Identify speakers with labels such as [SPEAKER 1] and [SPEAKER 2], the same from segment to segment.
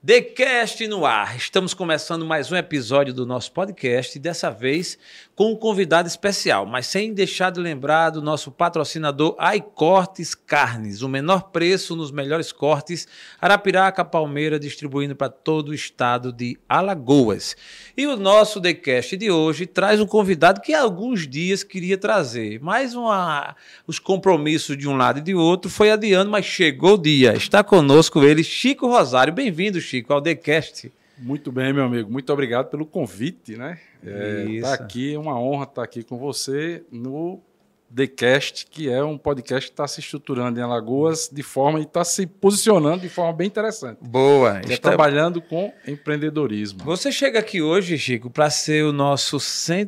[SPEAKER 1] TheCast no ar. Estamos começando mais um episódio do nosso podcast, dessa vez com um convidado especial, mas sem deixar de lembrar do nosso patrocinador iCortes Carnes, o menor preço nos melhores cortes, Arapiraca, Palmeira, distribuindo para todo o estado de Alagoas. E o nosso TheCast de hoje traz um convidado que há alguns dias queria trazer, mas os compromissos de um lado e de outro foi adiando, mas chegou o dia. Está conosco ele, Chico Rosário. Bem-vindo, Chico, ao TheCast.
[SPEAKER 2] Muito bem, meu amigo. Muito obrigado pelo convite, né? Tá aqui, é uma honra estar aqui com você no TheCast, que é um podcast que está se estruturando em Alagoas de forma e está se posicionando de forma bem interessante.
[SPEAKER 1] Boa.
[SPEAKER 2] Está trabalhando com empreendedorismo.
[SPEAKER 1] Você chega aqui hoje, Chico, para ser o nosso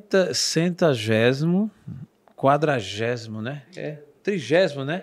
[SPEAKER 1] 40º, né? 30º, né?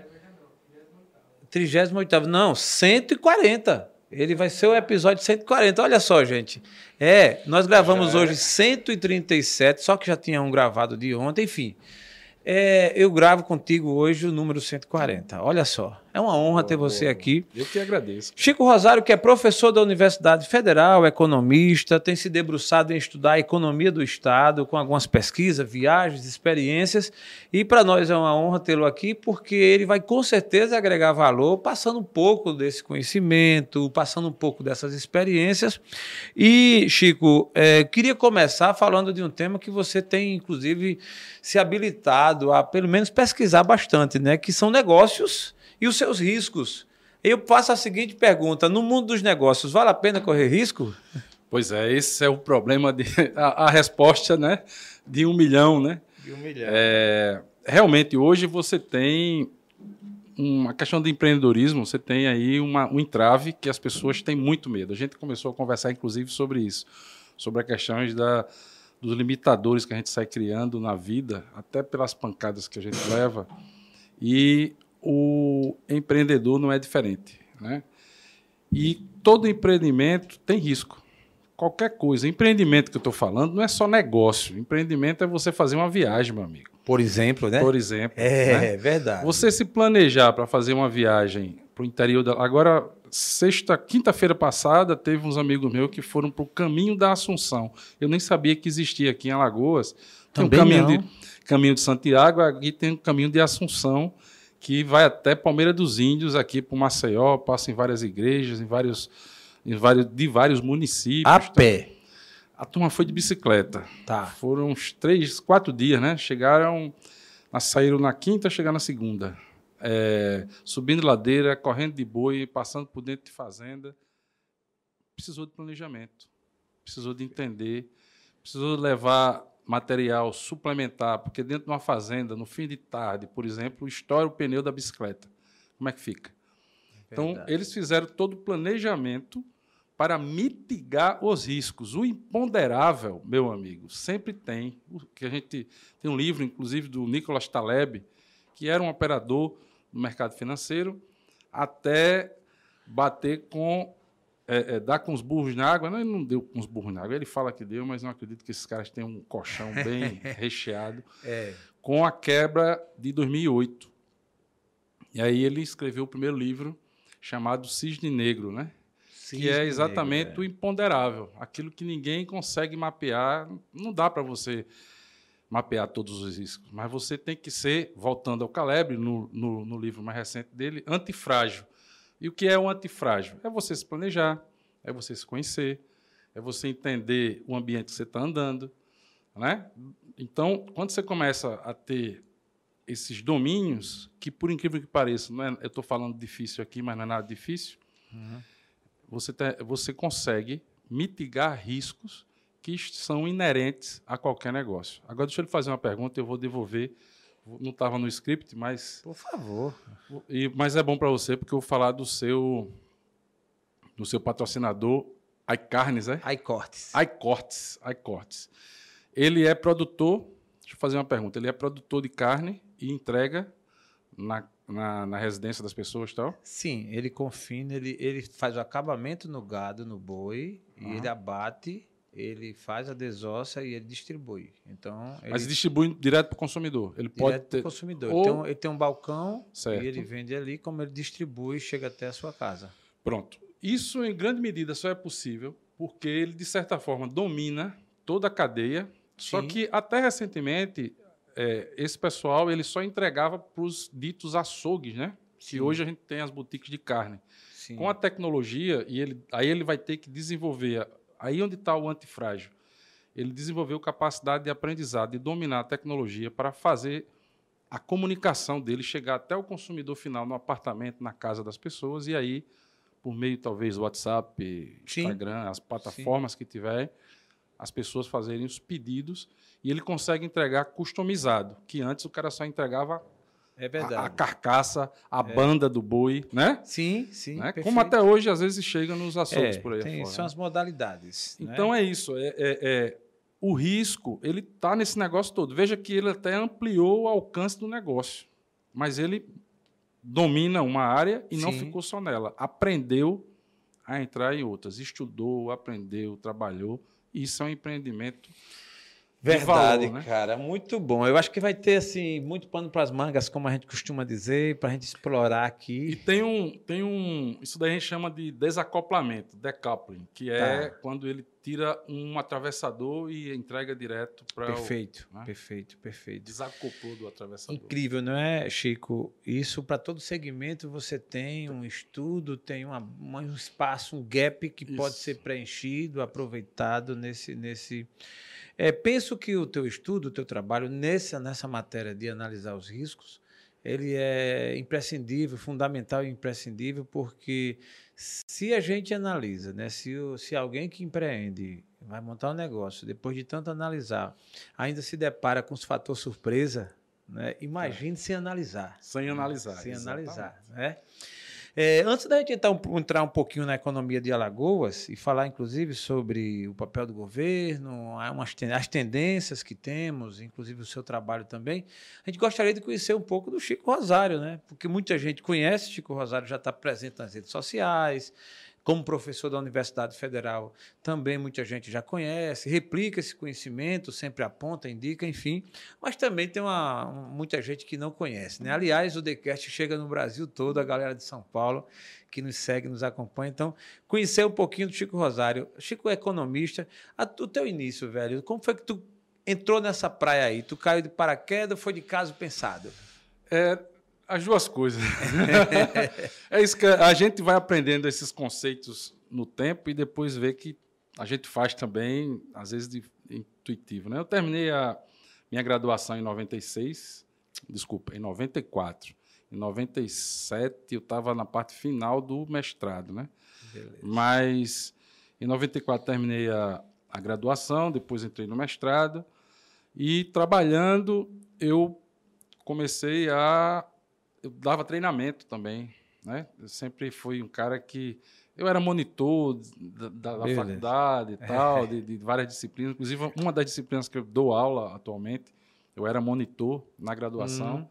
[SPEAKER 1] 38º. Não, 140. Ele vai ser o episódio 140. Olha só, gente. Nós gravamos hoje 137, só que já tinha um gravado de ontem, enfim. Eu gravo contigo hoje o número 140. Olha só. É uma honra ter você aqui.
[SPEAKER 2] Eu que agradeço.
[SPEAKER 1] Chico Rosário, que é professor da Universidade Federal, economista, tem se debruçado em estudar a economia do Estado, com algumas pesquisas, viagens, experiências. E para nós é uma honra tê-lo aqui, porque ele vai com certeza agregar valor, passando um pouco desse conhecimento, passando um pouco dessas experiências. E, Chico, queria começar falando de um tema que você tem, inclusive, se habilitado a, pelo menos, pesquisar bastante, né? Que são negócios e os seus riscos. Eu faço a seguinte pergunta: no mundo dos negócios, vale a pena correr risco?
[SPEAKER 2] Pois é, esse é o problema, a resposta, né, de 1 milhão, né?
[SPEAKER 1] De 1 milhão.
[SPEAKER 2] Realmente, hoje você tem uma questão de empreendedorismo, você tem aí um entrave que as pessoas têm muito medo. A gente começou a conversar, inclusive, sobre isso, sobre as questões dos limitadores que a gente sai criando na vida, até pelas pancadas que a gente leva, e o empreendedor não é diferente, né? E todo empreendimento tem risco. Qualquer coisa. Empreendimento que eu estou falando não é só negócio. Empreendimento é você fazer uma viagem, meu amigo.
[SPEAKER 1] Por exemplo, né?
[SPEAKER 2] Por exemplo.
[SPEAKER 1] É
[SPEAKER 2] né?
[SPEAKER 1] verdade.
[SPEAKER 2] Você se planejar para fazer uma viagem para o interior Agora, quinta-feira passada, teve uns amigos meus que foram para o Caminho da Assunção. Eu nem sabia que existia aqui em Alagoas. Tem um caminho de Santiago, aqui tem um caminho de Assunção, que vai até Palmeira dos Índios, aqui para o Maceió, passa em várias igrejas, de vários municípios.
[SPEAKER 1] A pé.
[SPEAKER 2] A turma foi de bicicleta.
[SPEAKER 1] Tá.
[SPEAKER 2] Foram uns 3, 4 dias, né? Saíram na quinta, chegaram na segunda. Subindo ladeira, correndo de boi, passando por dentro de fazenda. Precisou de planejamento, precisou de entender, precisou levar material suplementar, porque dentro de uma fazenda, no fim de tarde, por exemplo, estoura o pneu da bicicleta. Como é que fica? Então, eles fizeram todo o planejamento para mitigar os riscos. O imponderável, meu amigo, sempre tem. Que a gente tem um livro, inclusive, do Nicolas Taleb, que era um operador no mercado financeiro, até bater dar com os burros na água. Não, ele não deu com os burros na água. Ele fala que deu, mas não acredito que esses caras tenham um colchão bem recheado. Com a quebra de 2008. E aí ele escreveu o primeiro livro, chamado Cisne Negro, né? Que é exatamente o imponderável. Aquilo que ninguém consegue mapear. Não dá para você mapear todos os riscos, mas você tem que ser, voltando ao Caleb, no livro mais recente dele, antifrágil. E o que é o antifrágil? É você se planejar, é você se conhecer, é você entender o ambiente que você está andando, né? Então, quando você começa a ter esses domínios, que, por incrível que pareça, eu estou falando difícil aqui, mas não é nada difícil, você consegue mitigar riscos que são inerentes a qualquer negócio. Agora, deixa eu lhe fazer uma pergunta, eu vou devolver. Não estava no script, mas...
[SPEAKER 1] Por favor.
[SPEAKER 2] Mas é bom para você, porque eu vou falar do seu patrocinador, iCarnes, é?
[SPEAKER 1] iCortes.
[SPEAKER 2] iCortes. Ele é produtor... Deixa eu fazer uma pergunta. Ele é produtor de carne e entrega na residência das pessoas e tal?
[SPEAKER 1] Sim, ele confina, ele faz o acabamento no gado, no boi, e ele abate, ele faz a desossa e ele distribui. Então,
[SPEAKER 2] mas distribui direto para o consumidor? Ele pode
[SPEAKER 1] direto para o consumidor. Ele tem um balcão,
[SPEAKER 2] certo,
[SPEAKER 1] e ele vende ali, como ele distribui, chega até a sua casa.
[SPEAKER 2] Pronto. Isso, em grande medida, só é possível porque ele, de certa forma, domina toda a cadeia. Só
[SPEAKER 1] Sim.
[SPEAKER 2] que, até recentemente, esse pessoal ele só entregava para os ditos açougues, né?
[SPEAKER 1] Sim.
[SPEAKER 2] Que hoje a gente tem as boutiques de carne.
[SPEAKER 1] Sim.
[SPEAKER 2] Com a tecnologia, aí ele vai ter que desenvolver, aí onde está o antifrágil, ele desenvolveu capacidade de aprendizado, de dominar a tecnologia para fazer a comunicação dele chegar até o consumidor final no apartamento, na casa das pessoas, e aí, por meio talvez do WhatsApp, Instagram, as plataformas que tiver, as pessoas fazerem os pedidos e ele consegue entregar customizado, que antes o cara só entregava a carcaça, a banda do boi, né?
[SPEAKER 1] Sim, sim.
[SPEAKER 2] Né? Como até hoje, às vezes, chega nos açougues por aí
[SPEAKER 1] fora. São as modalidades.
[SPEAKER 2] Então é isso. O risco, ele está nesse negócio todo. Veja que ele até ampliou o alcance do negócio, mas ele domina uma área e não ficou só nela. Aprendeu a entrar em outras. Estudou, aprendeu, trabalhou. Isso é um empreendimento.
[SPEAKER 1] Verdade,
[SPEAKER 2] valor, né?
[SPEAKER 1] Cara, muito bom. Eu acho que vai ter assim muito pano para as mangas, como a gente costuma dizer, para a gente explorar aqui.
[SPEAKER 2] E tem um, isso daí a gente chama de desacoplamento, decoupling, que é quando ele tira um atravessador e entrega direto para
[SPEAKER 1] Perfeito,
[SPEAKER 2] né?
[SPEAKER 1] perfeito.
[SPEAKER 2] Desacoplou do atravessador.
[SPEAKER 1] Incrível, não é, Chico? Isso para todo segmento você tem um estudo, tem um espaço, um gap que pode ser preenchido, aproveitado nesse. Penso que o teu estudo, o teu trabalho nessa matéria de analisar os riscos, ele é imprescindível, fundamental e imprescindível, porque se a gente analisa, né, se alguém que empreende vai montar um negócio, depois de tanto analisar, ainda se depara com os fatores surpresa, né, imagine sem analisar.
[SPEAKER 2] Sem analisar.
[SPEAKER 1] Sem analisar, né? Antes da gente entrar um pouquinho na economia de Alagoas e falar, inclusive, sobre o papel do governo, as tendências que temos, inclusive o seu trabalho também, a gente gostaria de conhecer um pouco do Chico Rosário, né? Porque muita gente conhece, Chico Rosário já está presente nas redes sociais, como professor da Universidade Federal, também muita gente já conhece, replica esse conhecimento, sempre aponta, indica, enfim. Mas também tem muita gente que não conhece, né? Aliás, o TheCast chega no Brasil todo, a galera de São Paulo que nos segue, nos acompanha. Então, conhecer um pouquinho do Chico Rosário. Chico é economista. O teu início, velho, como foi que tu entrou nessa praia aí? Tu caiu de paraquedas ou foi de caso pensado?
[SPEAKER 2] As duas coisas. É isso que a gente vai aprendendo esses conceitos no tempo e depois vê que a gente faz também, às vezes, intuitivo. Né? Eu terminei a minha graduação em 94. Em 97, eu estava na parte final do mestrado. Né? Mas, em 94, terminei a graduação, depois entrei no mestrado e, trabalhando, eu comecei eu dava treinamento também, né? Eu sempre fui um cara que... Eu era monitor da faculdade e tal, de várias disciplinas. Inclusive, uma das disciplinas que eu dou aula atualmente, eu era monitor na graduação.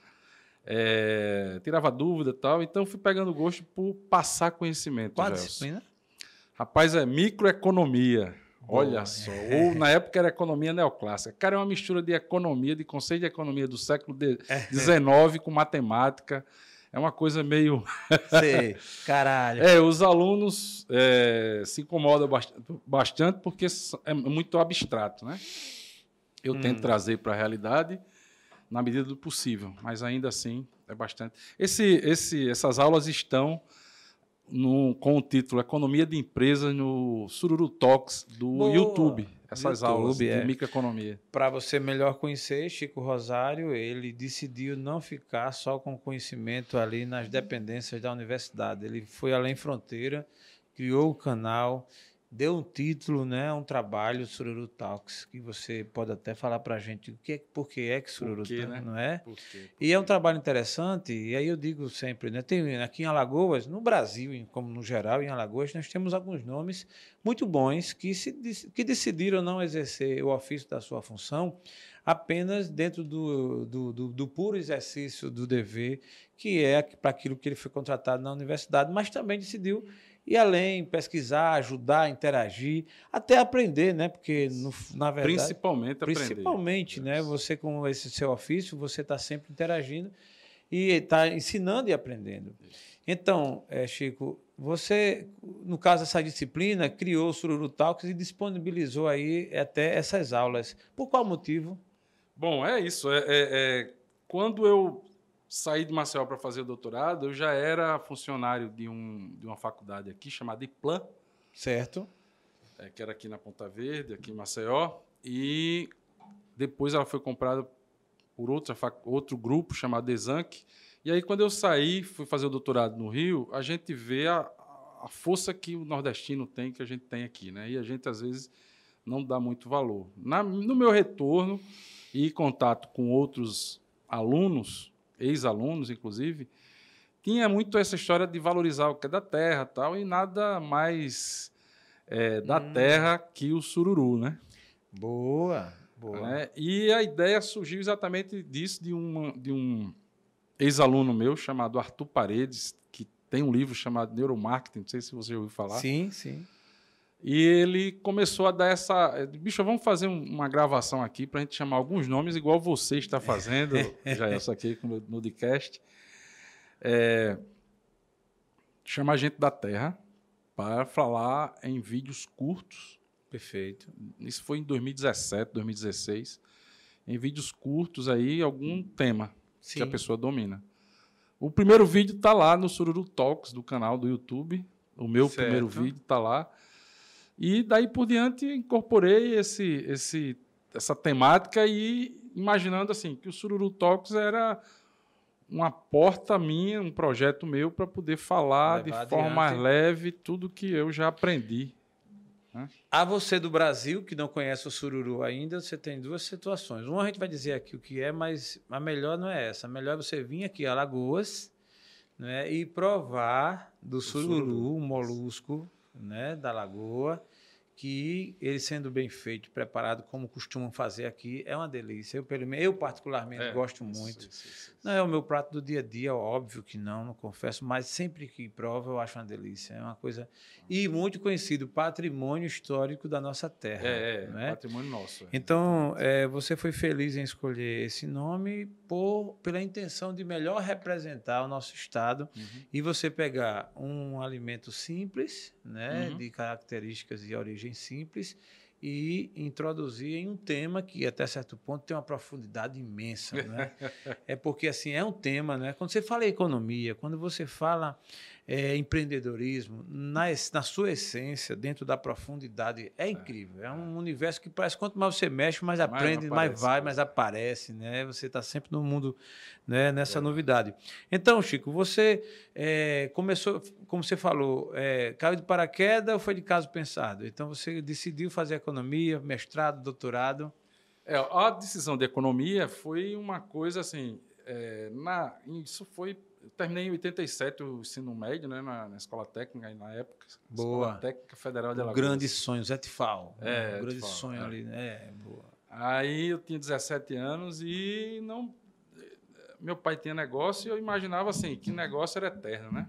[SPEAKER 2] Tirava dúvida e tal. Então, fui pegando gosto por passar conhecimento.
[SPEAKER 1] Qual disciplina?
[SPEAKER 2] Rapaz, é microeconomia. Olha só. Ou, na época, era economia neoclássica. Cara, é uma mistura de economia, de conceito de economia do século XIX com matemática. É uma coisa meio...
[SPEAKER 1] Sei, caralho.
[SPEAKER 2] Os alunos se incomodam bastante porque é muito abstrato, né? Eu tento trazer para a realidade na medida do possível, mas ainda assim é bastante... Essas aulas estão... com o título Economia de Empresas no Sururu Talks do YouTube. Essas aulas de microeconomia.
[SPEAKER 1] Para você melhor conhecer, Chico Rosário, ele decidiu não ficar só com conhecimento ali nas dependências da universidade. Ele foi além fronteira, criou o canal, deu um título, né, um trabalho, Sururu Talks, que você pode até falar para a gente por que é que Sururu Talks, né? Não é? Por quê? E é um trabalho interessante, e aí eu digo sempre, né, tem aqui em Alagoas, no Brasil, como no geral, em Alagoas, nós temos alguns nomes muito bons que decidiram não exercer o ofício da sua função apenas dentro do puro exercício do dever, que é para aquilo que ele foi contratado na universidade, mas também decidiu ir além, pesquisar, ajudar, interagir, até aprender, né? Porque, na verdade...
[SPEAKER 2] Principalmente,
[SPEAKER 1] né? Você, com esse seu ofício, você está sempre interagindo e está ensinando e aprendendo. Então, Chico, Você, no caso dessa disciplina, criou o Sururu Talks e disponibilizou aí até essas aulas. Por qual motivo?
[SPEAKER 2] Bom, é isso. Quando eu saí de Maceió para fazer o doutorado, eu já era funcionário de uma faculdade aqui chamada IPLAN,
[SPEAKER 1] Certo.
[SPEAKER 2] que era aqui na Ponta Verde, aqui em Maceió, e depois ela foi comprada por outro grupo chamado Exanc. E aí, quando eu saí, fui fazer o doutorado no Rio, a gente vê a força que o nordestino tem, que a gente tem aqui, né? E a gente, às vezes, não dá muito valor. No meu retorno e contato com outros alunos, ex-alunos, inclusive, tinha muito essa história de valorizar o que é da terra tal, e nada mais da terra que o sururu, né?
[SPEAKER 1] Boa, boa.
[SPEAKER 2] E a ideia surgiu exatamente disso, de um ex-aluno meu chamado Arthur Paredes, que tem um livro chamado Neuromarketing, não sei se você já ouviu falar.
[SPEAKER 1] Sim, sim.
[SPEAKER 2] E ele começou a dar bicho, vamos fazer uma gravação aqui para a gente chamar alguns nomes, igual você está fazendo, Jailson, aqui no Nudcast. Chamar gente da Terra para falar em vídeos curtos.
[SPEAKER 1] Perfeito.
[SPEAKER 2] Isso foi em 2017, 2016. Em vídeos curtos aí, algum tema que a pessoa domina. O primeiro vídeo está lá no Sururu Talks, do canal do YouTube. O meu primeiro vídeo está lá. E daí por diante incorporei essa temática e imaginando assim que o Sururu Talks era uma porta minha, um projeto meu para poder falar de forma mais leve tudo que eu já aprendi.
[SPEAKER 1] A você do Brasil, que não conhece o sururu ainda, você tem duas situações. Uma a gente vai dizer aqui o que é, mas a melhor não é essa. A melhor é você vir aqui a Alagoas, né, e provar do sururu, um molusco, né, da lagoa, que ele sendo bem feito, preparado, como costumam fazer aqui, é uma delícia. Eu particularmente, gosto muito. Isso. Não é o meu prato do dia a dia, óbvio que não confesso, mas sempre que provo eu acho uma delícia. É uma coisa... E muito conhecido, patrimônio histórico da nossa terra. Não é?
[SPEAKER 2] Patrimônio nosso.
[SPEAKER 1] Então, você foi feliz em escolher esse nome pela intenção de melhor representar o nosso estado e você pegar um alimento simples, né, de características e origem simples, e introduzir em um tema que até certo ponto tem uma profundidade imensa, né? É porque assim é um tema, né? Quando você fala em economia, quando você fala empreendedorismo, na sua essência, dentro da profundidade, é incrível. É um universo que parece que quanto mais você mexe, mais aprende, mais aparece, né? Você está sempre no mundo, né, nessa novidade. Então, Chico, você começou, como você falou, caiu de paraquedas ou foi de caso pensado? Então, você decidiu fazer economia, mestrado, doutorado?
[SPEAKER 2] A decisão de economia foi uma coisa assim, isso foi... Eu terminei em 87 o ensino médio, né, na escola técnica, na época.
[SPEAKER 1] Boa.
[SPEAKER 2] Escola Técnica Federal de Alagoas.
[SPEAKER 1] Grande sonho, Zé Tifal. Grande
[SPEAKER 2] Tifal,
[SPEAKER 1] sonho ali, né? Boa.
[SPEAKER 2] Aí eu tinha 17 anos e não... Meu pai tinha negócio e eu imaginava assim, que negócio era eterno, né?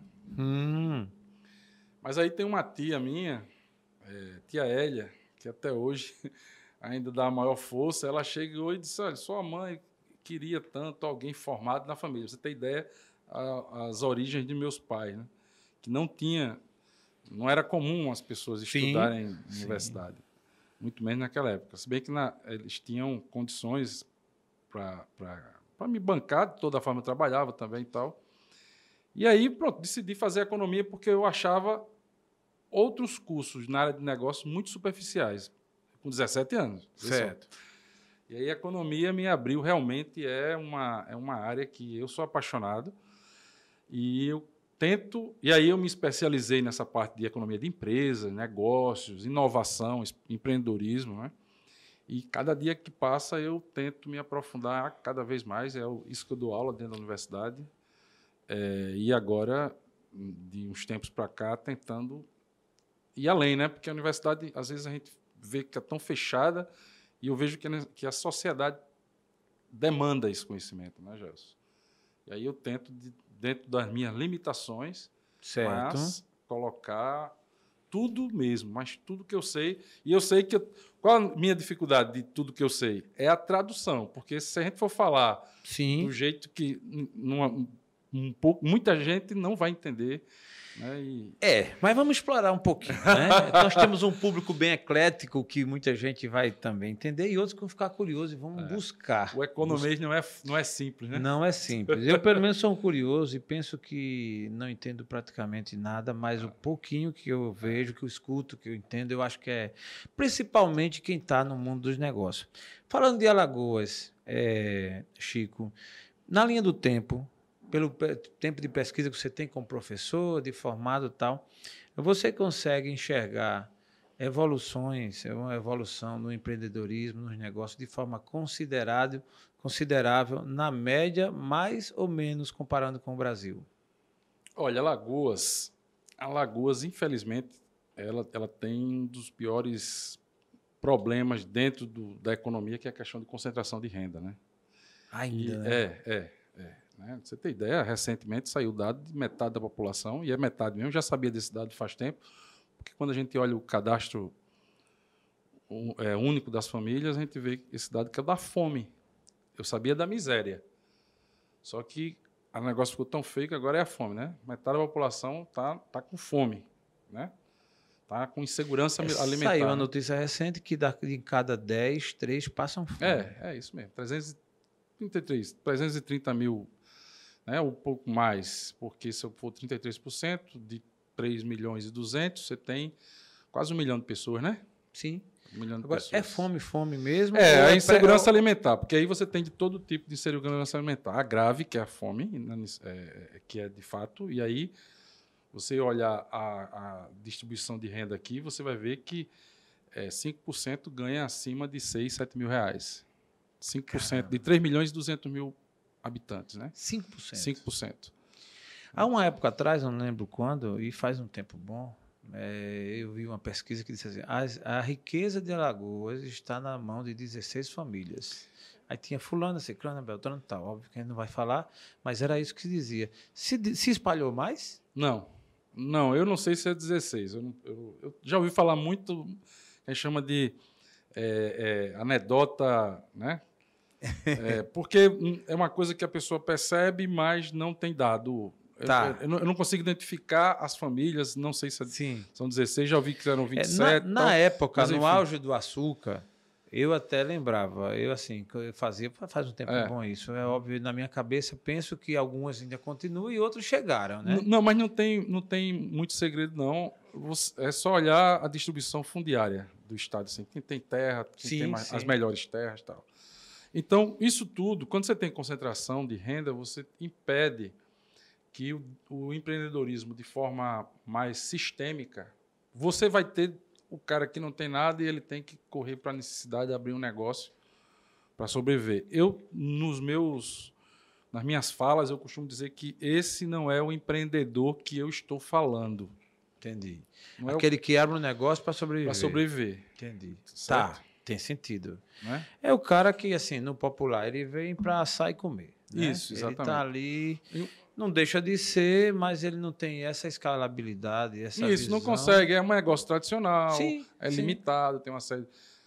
[SPEAKER 2] Mas aí tem uma tia minha, tia Hélia, que até hoje ainda dá a maior força, ela chegou e disse, olha, sua mãe queria tanto alguém formado na família. Você tem ideia... as origens de meus pais, né? Que não era comum as pessoas estudarem em universidade, muito menos naquela época. Se bem que eles tinham condições para me bancar, de toda forma eu trabalhava também e tal. E aí, pronto, decidi fazer economia porque eu achava outros cursos na área de negócio muito superficiais, com 17 anos.
[SPEAKER 1] Certo.
[SPEAKER 2] E aí a economia me abriu, realmente é uma área que eu sou apaixonado. E aí eu me especializei nessa parte de economia de empresas, negócios, inovação, empreendedorismo, né? E cada dia que passa eu tento me aprofundar cada vez mais, isso que eu dou aula dentro da universidade, e agora, de uns tempos para cá, tentando ir além, né? Porque a universidade, às vezes, a gente vê que é tão fechada e eu vejo que a sociedade demanda esse conhecimento, né, Gelson? E aí eu tento, dentro das minhas limitações, mas colocar tudo mesmo, mas tudo que eu sei. E eu sei que... Qual a minha dificuldade de tudo que eu sei? É a tradução, porque se a gente for falar do jeito que... muita gente não vai entender. Né?
[SPEAKER 1] Mas vamos explorar um pouquinho. Né? Nós temos um público bem eclético que muita gente vai também entender e outros que vão ficar curiosos e vão buscar.
[SPEAKER 2] O economês não é simples, né?
[SPEAKER 1] Não é simples. Eu, pelo menos, sou um curioso e penso que não entendo praticamente nada, mas o pouquinho que eu vejo, que eu escuto, que eu entendo, eu acho que é principalmente quem está no mundo dos negócios. Falando de Alagoas, Chico, na linha do tempo, pelo tempo de pesquisa que você tem como professor, de formado e tal, você consegue enxergar uma evolução no empreendedorismo, nos negócios, de forma considerável, na média, mais ou menos comparando com o Brasil?
[SPEAKER 2] Olha, Alagoas, infelizmente, ela tem um dos piores problemas dentro da economia, que é a questão de concentração de renda, né?
[SPEAKER 1] Ainda, né?
[SPEAKER 2] Né? Você tem ideia, recentemente saiu o dado de metade da população, e é metade mesmo, já sabia desse dado faz tempo, porque quando a gente olha o cadastro único das famílias, a gente vê esse dado que é da fome. Eu sabia da miséria. Só que o negócio ficou tão feio que agora é a fome, né? Metade da população tá com fome, né? Tá com insegurança alimentar.
[SPEAKER 1] Saiu uma notícia recente que em cada 10, 3 passam fome.
[SPEAKER 2] É isso mesmo. 330 mil, né? Um pouco mais, porque se eu for 33% de 3 milhões e 200, você tem quase 1 milhão de pessoas, né?
[SPEAKER 1] Sim.
[SPEAKER 2] 1 milhão de
[SPEAKER 1] Agora,
[SPEAKER 2] pessoas.
[SPEAKER 1] fome mesmo?
[SPEAKER 2] A insegurança alimentar, porque aí você tem de todo tipo de insegurança alimentar. A grave, que é a fome, que é de fato, e aí você olhar a distribuição de renda aqui, você vai ver que 5% ganha acima de 6, 7 mil reais. 5% Caramba. De 3 milhões e 200 mil habitantes, né?
[SPEAKER 1] 5%.
[SPEAKER 2] 5%.
[SPEAKER 1] Há uma época atrás, não lembro quando, e faz um tempo bom, eu vi uma pesquisa que disse assim, a riqueza de Alagoas está na mão de 16 famílias. Aí tinha fulana, ciclana, beltrano, tal. Óbvio que a gente não vai falar, mas era isso que se dizia. Se espalhou mais?
[SPEAKER 2] Não, eu não sei se é 16. Eu já ouvi falar muito, a gente chama de anedota, né? Porque é uma coisa que a pessoa percebe, mas não tem dado.
[SPEAKER 1] Tá.
[SPEAKER 2] Eu não consigo identificar as famílias, não sei se são 16, já ouvi que eram 27.
[SPEAKER 1] Na época, no auge do açúcar, eu até lembrava, eu fazia, faz um tempo bom isso, é óbvio, na minha cabeça, penso que algumas ainda continuam e outros chegaram, né?
[SPEAKER 2] Não, mas não tem muito segredo, não. É só olhar a distribuição fundiária do Estado, assim, quem tem terra, quem tem as melhores terras e tal. Então, isso tudo, quando você tem concentração de renda, você impede que o empreendedorismo, de forma mais sistêmica, você vai ter o cara que não tem nada e ele tem que correr para a necessidade de abrir um negócio para sobreviver. Nas minhas falas, eu costumo dizer que esse não é o empreendedor que eu estou falando.
[SPEAKER 1] Entendi. Não aquele que abre um negócio para sobreviver.
[SPEAKER 2] Para sobreviver.
[SPEAKER 1] Entendi.
[SPEAKER 2] Certo?
[SPEAKER 1] Tá, tem sentido.
[SPEAKER 2] É
[SPEAKER 1] o cara que, assim, no popular, ele vem para assar e comer. Né?
[SPEAKER 2] Isso, exatamente.
[SPEAKER 1] Ele está ali, não deixa de ser, mas ele não tem essa escalabilidade, essa visão.
[SPEAKER 2] Não consegue, é um negócio tradicional, limitado, tem uma série...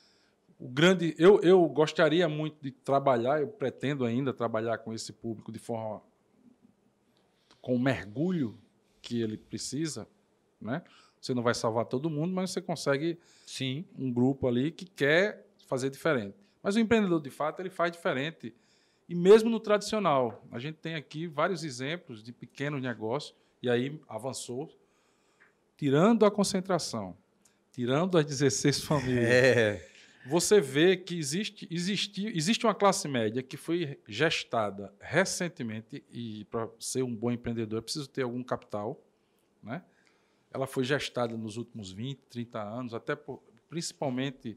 [SPEAKER 2] Eu gostaria muito de trabalhar, eu pretendo ainda trabalhar com esse público de forma... com o mergulho que ele precisa, né? Você não vai salvar todo mundo, mas você consegue um grupo ali que quer fazer diferente. Mas o empreendedor, de fato, ele faz diferente. E mesmo no tradicional, a gente tem aqui vários exemplos de pequenos negócios, e aí avançou, tirando a concentração, tirando as 16 famílias. Você vê que existe uma classe média que foi gestada recentemente, e para ser um bom empreendedor é preciso ter algum capital, né? Ela foi gestada nos últimos 20, 30 anos, até principalmente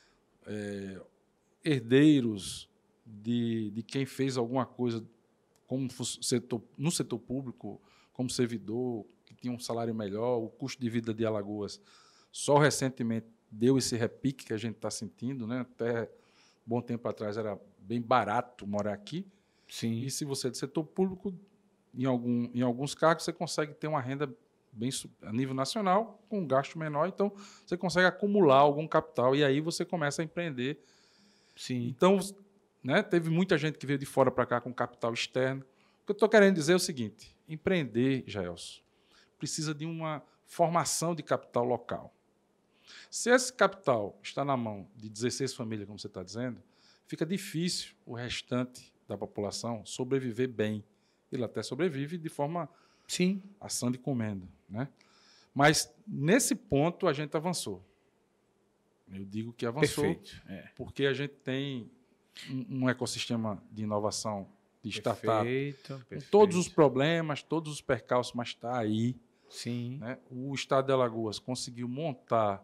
[SPEAKER 2] herdeiros de quem fez alguma coisa no setor público, como servidor, que tinha um salário melhor, o custo de vida de Alagoas só recentemente deu esse repique que a gente está sentindo, né? Até bom tempo atrás era bem barato morar aqui.
[SPEAKER 1] Sim.
[SPEAKER 2] E se você é do setor público, em alguns cargos você consegue ter uma renda bem a nível nacional, com um gasto menor, então você consegue acumular algum capital e aí você começa a empreender.
[SPEAKER 1] Sim.
[SPEAKER 2] Então, né, teve muita gente que veio de fora para cá com capital externo, que eu estou querendo dizer é o seguinte: empreender, Jaelson, precisa de uma formação de capital local. Se esse capital está na mão de 16 famílias, como você está dizendo, fica difícil o restante da população sobreviver bem. Ele até sobrevive de forma ação de comenda, né? Mas, nesse ponto, a gente avançou. Eu digo que avançou.
[SPEAKER 1] Perfeito.
[SPEAKER 2] Porque a gente tem um ecossistema de inovação, de startup, com todos os problemas, todos os percalços, mas está aí.
[SPEAKER 1] Sim.
[SPEAKER 2] Né? O Estado de Alagoas conseguiu montar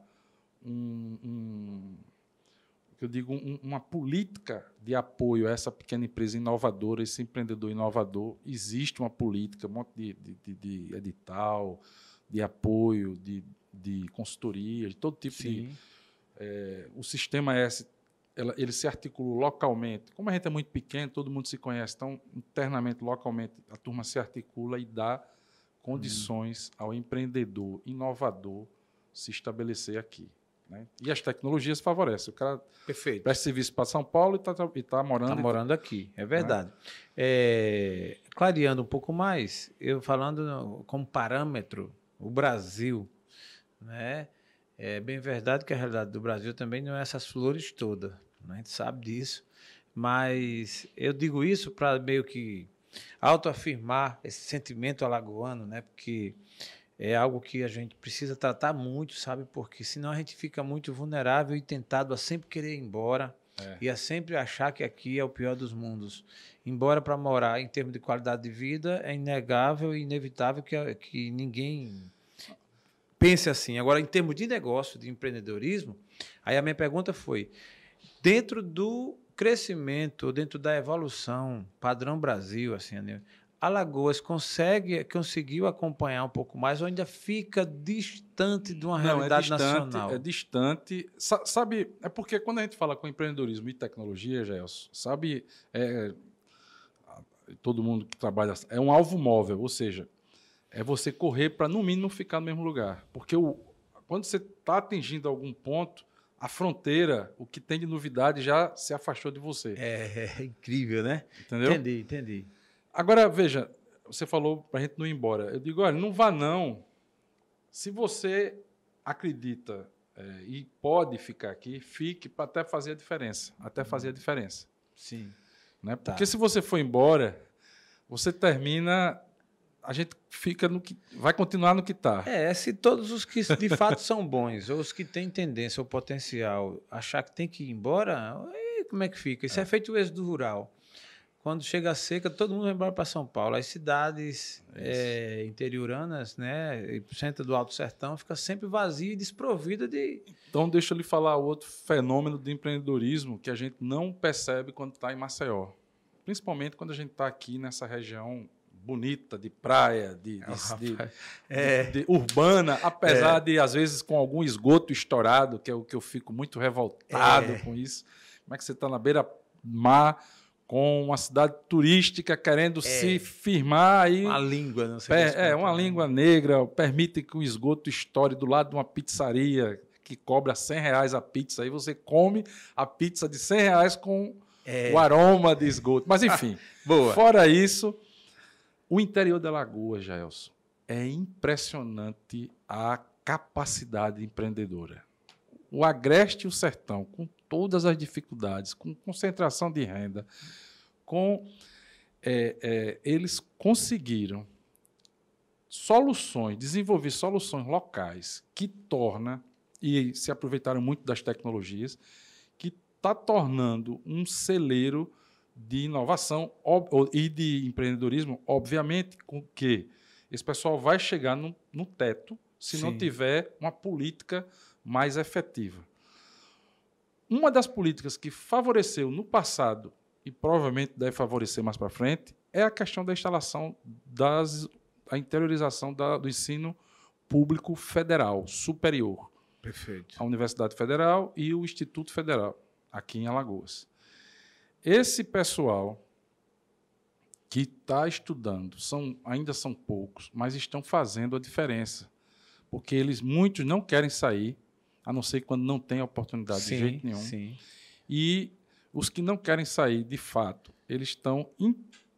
[SPEAKER 2] uma política de apoio a essa pequena empresa inovadora, esse empreendedor inovador. Existe uma política, um monte de edital, de apoio, de consultoria, de todo tipo de... o sistema S, ele se articula localmente. Como a gente é muito pequeno, todo mundo se conhece, então, internamente, localmente, a turma se articula e dá condições ao empreendedor inovador se estabelecer aqui. Né? E as tecnologias favorecem. O cara presta serviço para São Paulo e está morando
[SPEAKER 1] aqui. É verdade. Né? Clareando um pouco mais, eu falando como parâmetro, o Brasil, né? É bem verdade que a realidade do Brasil também não é essas flores todas, né? A gente sabe disso, mas eu digo isso para meio que autoafirmar esse sentimento alagoano, né? Porque é algo que a gente precisa tratar muito, sabe? Porque senão a gente fica muito vulnerável e tentado a sempre querer ir embora e a sempre achar que aqui é o pior dos mundos. Embora para morar, em termos de qualidade de vida, é inegável e inevitável que ninguém pense assim. Agora, em termos de negócio, de empreendedorismo, aí a minha pergunta foi, dentro do crescimento, dentro da evolução, padrão Brasil, assim, Alagoas conseguiu acompanhar um pouco mais ou ainda fica distante de uma realidade nacional?
[SPEAKER 2] É distante. Sabe, é porque quando a gente fala com empreendedorismo e tecnologia, Gelson, sabe, todo mundo que trabalha, é um alvo móvel, ou seja, é você correr para, no mínimo, ficar no mesmo lugar. Porque quando você está atingindo algum ponto, a fronteira, o que tem de novidade já se afastou de você.
[SPEAKER 1] É incrível, né?
[SPEAKER 2] Entendeu?
[SPEAKER 1] Entendi.
[SPEAKER 2] Agora, veja, você falou para a gente não ir embora. Eu digo, olha, não vá não. Se você acredita e pode ficar aqui, fique para até fazer a diferença. Até fazer a diferença.
[SPEAKER 1] Sim.
[SPEAKER 2] Né? Porque se você for embora, você termina... A gente fica no que... Vai continuar no que está.
[SPEAKER 1] Se todos os que de fato são bons, ou os que têm tendência ou potencial, achar que tem que ir embora, como é que fica? Isso é feito o êxodo rural. Quando chega a seca, todo mundo vai embora para São Paulo. As cidades interioranas, né, centro do Alto Sertão, fica sempre vazia e desprovida de...
[SPEAKER 2] Então, deixa eu lhe falar outro fenômeno de empreendedorismo que a gente não percebe quando está em Maceió. Principalmente quando a gente está aqui nessa região bonita, de praia, de urbana, apesar de, às vezes, com algum esgoto estourado, que é o que eu fico muito revoltado com isso. Como é que você está na beira-mar, com uma cidade turística querendo se firmar aí.
[SPEAKER 1] Uma língua, não sei.
[SPEAKER 2] Uma língua negra, permite que o esgoto estoure do lado de uma pizzaria que cobra R$100 a pizza. Aí você come a pizza de R$100 com o aroma de esgoto. Mas, enfim, fora isso, o interior de Alagoas, Jaelson, é impressionante a capacidade empreendedora. O Agreste e o Sertão, com todas as dificuldades, com concentração de renda, eles conseguiram desenvolver soluções locais que torna, e se aproveitaram muito das tecnologias, que está tornando um celeiro de inovação e de empreendedorismo, obviamente, com que esse pessoal vai chegar no teto se não tiver uma política mais efetiva. Uma das políticas que favoreceu no passado e provavelmente deve favorecer mais para frente é a questão da instalação a interiorização do ensino público federal superior.
[SPEAKER 1] Perfeito.
[SPEAKER 2] A Universidade Federal e o Instituto Federal, aqui em Alagoas. Esse pessoal que está estudando, ainda são poucos, mas estão fazendo a diferença. Porque muitos não querem sair, a não ser quando não tem oportunidade de jeito nenhum.
[SPEAKER 1] Sim.
[SPEAKER 2] E os que não querem sair, de fato, eles estão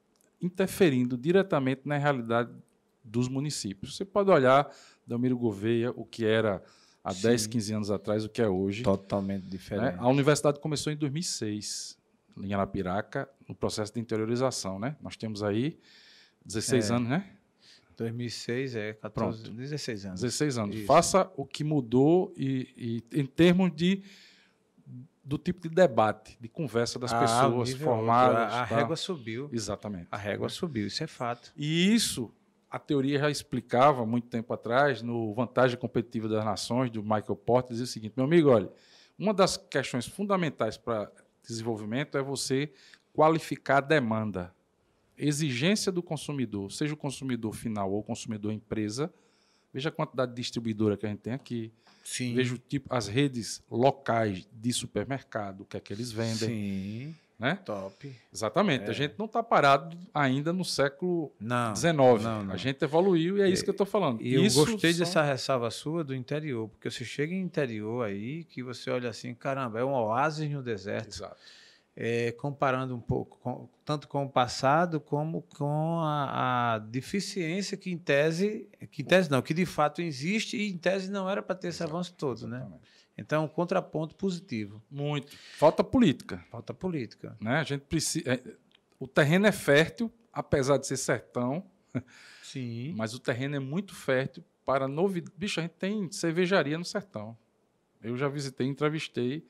[SPEAKER 2] interferindo diretamente na realidade dos municípios. Você pode olhar, Delmiro Gouveia, o que era há 10, 15 anos atrás, o que é hoje.
[SPEAKER 1] Totalmente diferente.
[SPEAKER 2] Né? A universidade começou em 2006, em Arapiraca, no processo de interiorização. Né? Nós temos aí 16 anos, né?
[SPEAKER 1] 2006 14, pronto. 16 anos.
[SPEAKER 2] 16 anos. Isso. Faça o que mudou e em termos do tipo de debate, de conversa das pessoas formadas.
[SPEAKER 1] A régua subiu.
[SPEAKER 2] Exatamente.
[SPEAKER 1] A régua subiu, isso é fato.
[SPEAKER 2] E isso, a teoria já explicava muito tempo atrás, no Vantagem Competitiva das Nações, do Michael Porter, dizia o seguinte: meu amigo, olha, uma das questões fundamentais para desenvolvimento é você qualificar a demanda. Exigência do consumidor, seja o consumidor final ou o consumidor empresa. Veja a quantidade de distribuidora que a gente tem aqui.
[SPEAKER 1] Sim.
[SPEAKER 2] Veja
[SPEAKER 1] as
[SPEAKER 2] redes locais de supermercado, o que é que eles vendem.
[SPEAKER 1] Sim.
[SPEAKER 2] Né?
[SPEAKER 1] Top.
[SPEAKER 2] Exatamente. A gente não está parado ainda no século XIX.
[SPEAKER 1] Não.
[SPEAKER 2] A gente evoluiu e é isso que eu estou falando.
[SPEAKER 1] E eu gostei dessa ressalva sua do interior, porque você chega em interior aí que você olha assim, caramba, é um oásis no deserto.
[SPEAKER 2] Exato.
[SPEAKER 1] Comparando um pouco, tanto com o passado como com a deficiência que que de fato existe e em tese não era para ter esse avanço todo, exatamente. Né? Então, um contraponto positivo.
[SPEAKER 2] Muito. Falta política.
[SPEAKER 1] Falta política.
[SPEAKER 2] Né? A gente precisa. O terreno é fértil, apesar de ser sertão.
[SPEAKER 1] Sim.
[SPEAKER 2] Mas o terreno é muito fértil para novidade. Bicho, a gente tem cervejaria no sertão. Eu já visitei, entrevistei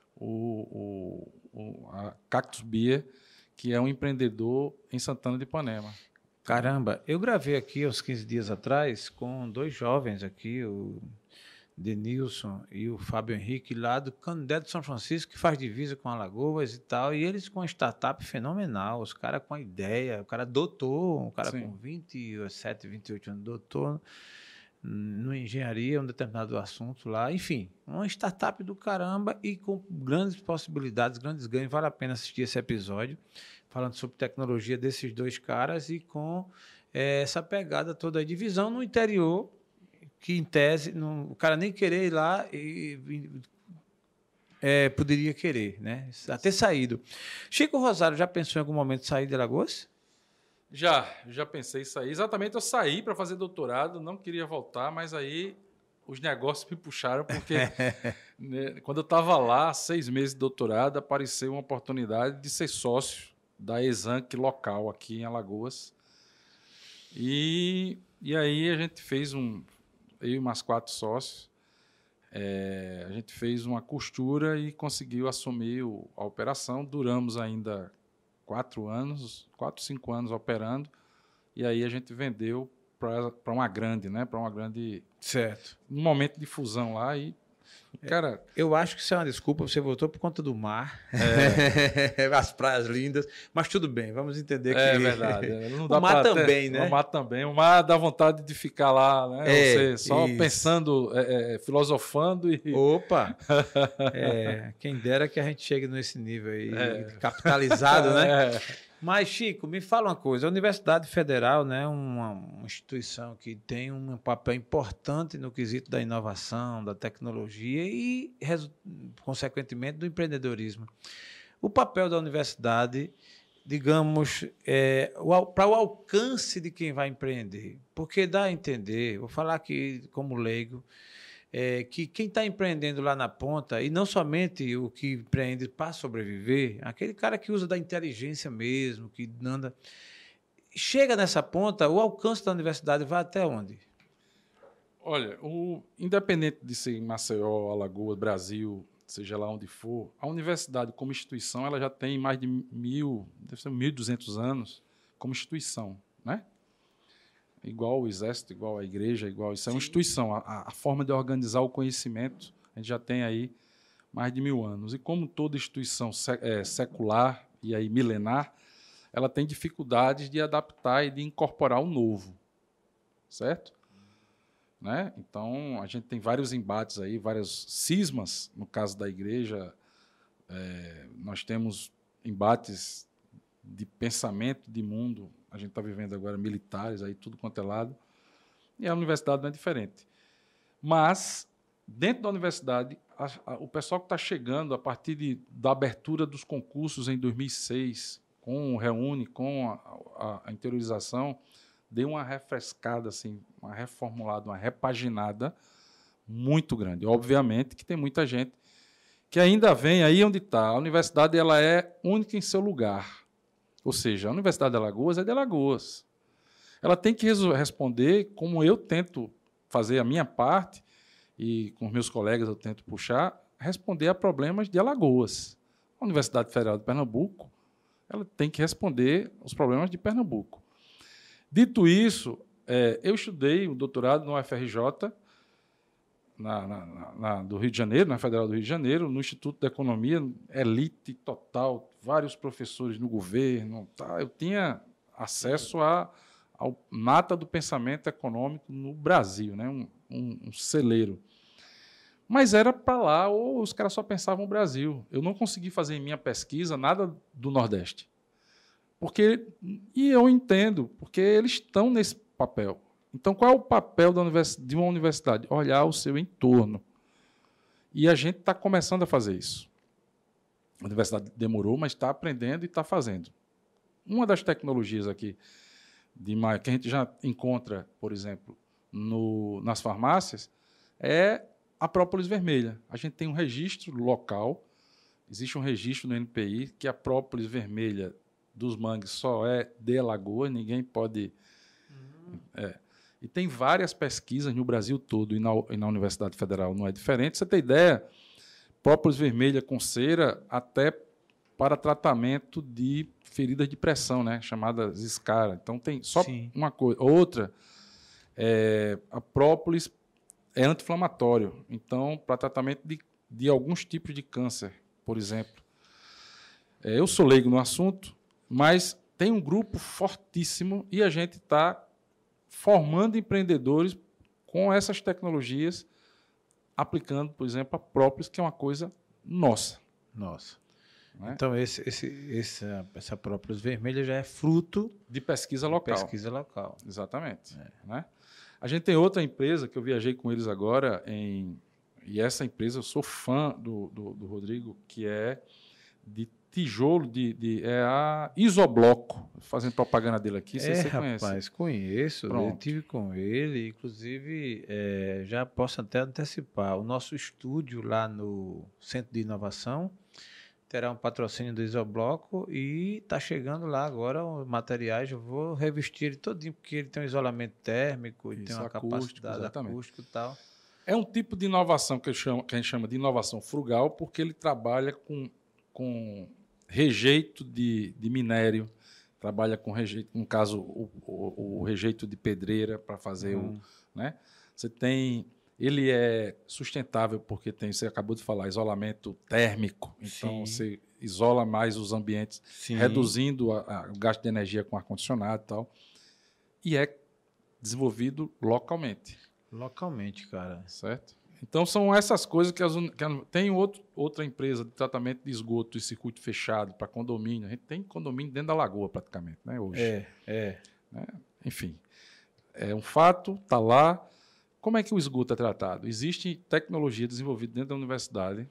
[SPEAKER 2] a Cactus Beer, que é um empreendedor em Santana de Ipanema.
[SPEAKER 1] Caramba, eu gravei aqui uns 15 dias atrás com 2 jovens aqui, o Denilson e o Fábio Henrique, lá do Canindé de São Francisco, que faz divisa com Alagoas e tal, e eles com uma startup fenomenal, os caras com a ideia, o cara doutor, com 27, 28 anos, doutor na engenharia, um determinado assunto lá, enfim, uma startup do caramba e com grandes possibilidades, grandes ganhos. Vale a pena assistir esse episódio, falando sobre tecnologia desses 2 caras e com essa pegada toda de visão no interior, que em tese o cara nem querer ir lá poderia querer, né? Até saído. Chico Rosário já pensou em algum momento em sair de Alagoas?
[SPEAKER 2] Já pensei em sair. Exatamente, eu saí para fazer doutorado, não queria voltar, mas aí os negócios me puxaram, porque né, quando eu estava lá, 6 meses de doutorado, apareceu uma oportunidade de ser sócio da Exanc local aqui em Alagoas. E aí a gente fez eu e mais 4 sócios, a gente fez uma costura e conseguiu assumir a operação. Duramos ainda 4, 5 anos operando, e aí a gente vendeu para uma grande, né? Para uma grande.
[SPEAKER 1] Certo.
[SPEAKER 2] Um momento de fusão lá e. Cara,
[SPEAKER 1] eu acho que isso é uma desculpa, você voltou por conta do mar, as praias lindas, mas tudo bem, vamos entender que...
[SPEAKER 2] É verdade. Não dá
[SPEAKER 1] o mar também, né?
[SPEAKER 2] O mar também. O mar dá vontade de ficar lá, né? Você só isso. Pensando, filosofando e...
[SPEAKER 1] Opa! Quem dera que a gente chegue nesse nível aí, capitalizado, né? Mas, Chico, me fala uma coisa, a Universidade Federal, né, uma instituição que tem um papel importante no quesito da inovação, da tecnologia e, consequentemente, do empreendedorismo. O papel da universidade, digamos, para o alcance de quem vai empreender, porque dá a entender, vou falar aqui como leigo, que quem está empreendendo lá na ponta, e não somente o que empreende para sobreviver, aquele cara que usa da inteligência mesmo, que anda... Chega nessa ponta, o alcance da universidade vai até onde?
[SPEAKER 2] Olha, independente de ser em Maceió, Alagoas, Brasil, seja lá onde for, a universidade como instituição ela já tem mais de 1.200 anos como instituição, né? Igual o Exército, igual a igreja, igual isso é uma instituição. A forma de organizar o conhecimento, a gente já tem aí mais de 1000 anos. E como toda instituição secular e aí milenar, ela tem dificuldades de adaptar e de incorporar o novo, certo? Né? Então, a gente tem vários embates aí, várias cismas. No caso da igreja, nós temos embates de pensamento de mundo. A gente está vivendo agora militares, aí tudo quanto é lado, e a universidade não é diferente. Mas, dentro da universidade, o pessoal que está chegando a partir da abertura dos concursos em 2006, com o Reúne, com a interiorização, deu uma refrescada, assim, uma reformulada, uma repaginada muito grande. Obviamente que tem muita gente que ainda vem aí onde está. A universidade ela é única em seu lugar. Ou seja, a Universidade de Alagoas é de Alagoas. Ela tem que responder como eu tento fazer a minha parte, e com os meus colegas eu tento puxar, responder a problemas de Alagoas. A Universidade Federal de Pernambuco ela tem que responder os problemas de Pernambuco. Dito isso, eu estudei o doutorado no UFRJ, do Rio de Janeiro, na Federal do Rio de Janeiro, no Instituto de Economia, elite total, vários professores no governo. Tá? Eu tinha acesso ao nata do pensamento econômico no Brasil, né? um celeiro. Mas era para lá, ou os caras só pensavam no Brasil. Eu não consegui fazer em minha pesquisa nada do Nordeste. E eu entendo, porque eles estão nesse papel. Então, qual é o papel de uma universidade? Olhar o seu entorno. E a gente está começando a fazer isso. A universidade demorou, mas está aprendendo e está fazendo. Uma das tecnologias aqui que a gente já encontra, por exemplo, nas farmácias, é a própolis vermelha. A gente tem um registro local, existe um registro no NPI que a própolis vermelha dos mangues só é de Alagoas, ninguém pode... E tem várias pesquisas no Brasil todo e na Universidade Federal não é diferente. Você tem ideia, própolis vermelha com cera até para tratamento de feridas de pressão, né, chamadas escara. Então tem só Sim. uma coisa. Outra, a própolis é anti-inflamatório, então para tratamento de alguns tipos de câncer, por exemplo. Eu sou leigo no assunto, mas tem um grupo fortíssimo e a gente está formando empreendedores com essas tecnologias, aplicando, por exemplo, a própolis, que é uma coisa nossa.
[SPEAKER 1] Nossa. Né? Então, essa própolis vermelha já é fruto
[SPEAKER 2] de pesquisa local.
[SPEAKER 1] Pesquisa local.
[SPEAKER 2] Exatamente. Né? A gente tem outra empresa que eu viajei com eles agora, e essa empresa, eu sou fã do Rodrigo, que é de tijolo, é a Isobloco, fazendo propaganda dele aqui, você conhece.
[SPEAKER 1] Rapaz, conheço, Pronto. Eu estive com ele, inclusive já posso até antecipar, o nosso estúdio lá no Centro de Inovação terá um patrocínio do Isobloco e está chegando lá agora os materiais, eu vou revestir ele todinho, porque ele tem um isolamento térmico, ele tem uma capacidade acústica e tal.
[SPEAKER 2] É um tipo de inovação que a gente chama de inovação frugal, porque ele trabalha com rejeito de minério, trabalha com rejeito, no caso, o rejeito de pedreira para fazer né? Ele é sustentável porque você acabou de falar, isolamento térmico, então você isola mais os ambientes, reduzindo o gasto de energia com ar-condicionado e tal, e é desenvolvido localmente.
[SPEAKER 1] Localmente, cara.
[SPEAKER 2] Certo? Então, são essas coisas que tem outra empresa de tratamento de esgoto e circuito fechado para condomínio. A gente tem condomínio dentro da lagoa, praticamente, né, hoje. Né? Enfim, é um fato, está lá. Como é que o esgoto é tratado? Existe tecnologia desenvolvida dentro da universidade,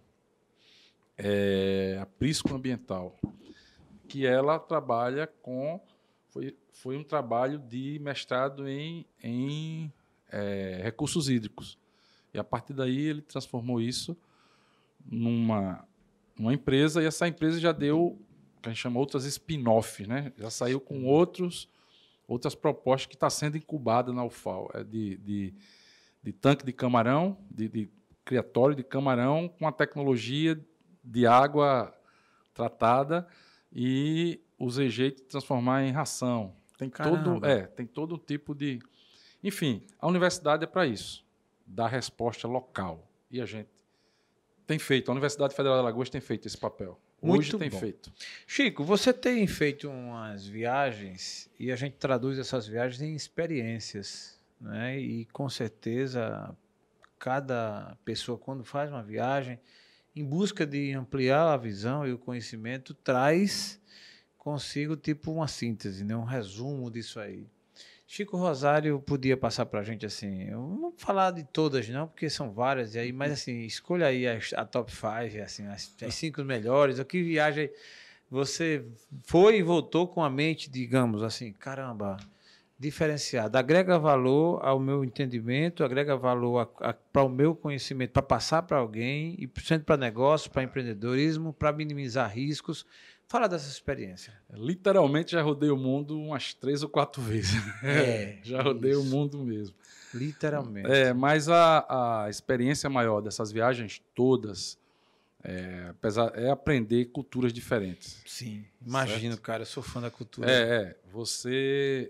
[SPEAKER 2] a Prisco Ambiental, que ela trabalha com... Foi um trabalho de mestrado em recursos hídricos. E, a partir daí, ele transformou isso numa empresa, e essa empresa já deu, que a gente chama outras spin-off, né? Já saiu com outras propostas que está sendo incubada na UFAL. De tanque de camarão, de criatório de camarão, com a tecnologia de água tratada e os rejeitos transformar em ração. Tem todo tipo de... Enfim, a universidade é para isso. Dar resposta local. E a gente tem feito, a Universidade Federal de Alagoas tem feito esse papel. Hoje tem feito.
[SPEAKER 1] Chico, você tem feito umas viagens e a gente traduz essas viagens em experiências, né? E com certeza cada pessoa, quando faz uma viagem, em busca de ampliar a visão e o conhecimento, traz consigo tipo uma síntese, né? Um resumo disso aí. Chico Rosário podia passar para a gente assim, eu não vou falar de todas não, porque são várias, e aí, mas assim, escolha aí a top 5, assim, as 5 melhores, o que viagem você foi e voltou com a mente, digamos assim, caramba, diferenciada, agrega valor ao meu entendimento, agrega valor para o meu conhecimento, para passar para alguém, e sempre para negócio, para empreendedorismo, para minimizar riscos. Fala dessa experiência.
[SPEAKER 2] Literalmente já rodei o mundo umas 3 ou 4 vezes. Já rodei o mundo mesmo.
[SPEAKER 1] Literalmente.
[SPEAKER 2] Mas a experiência maior dessas viagens todas é aprender culturas diferentes.
[SPEAKER 1] Sim, imagino, certo? Cara, eu sou fã da cultura.
[SPEAKER 2] Você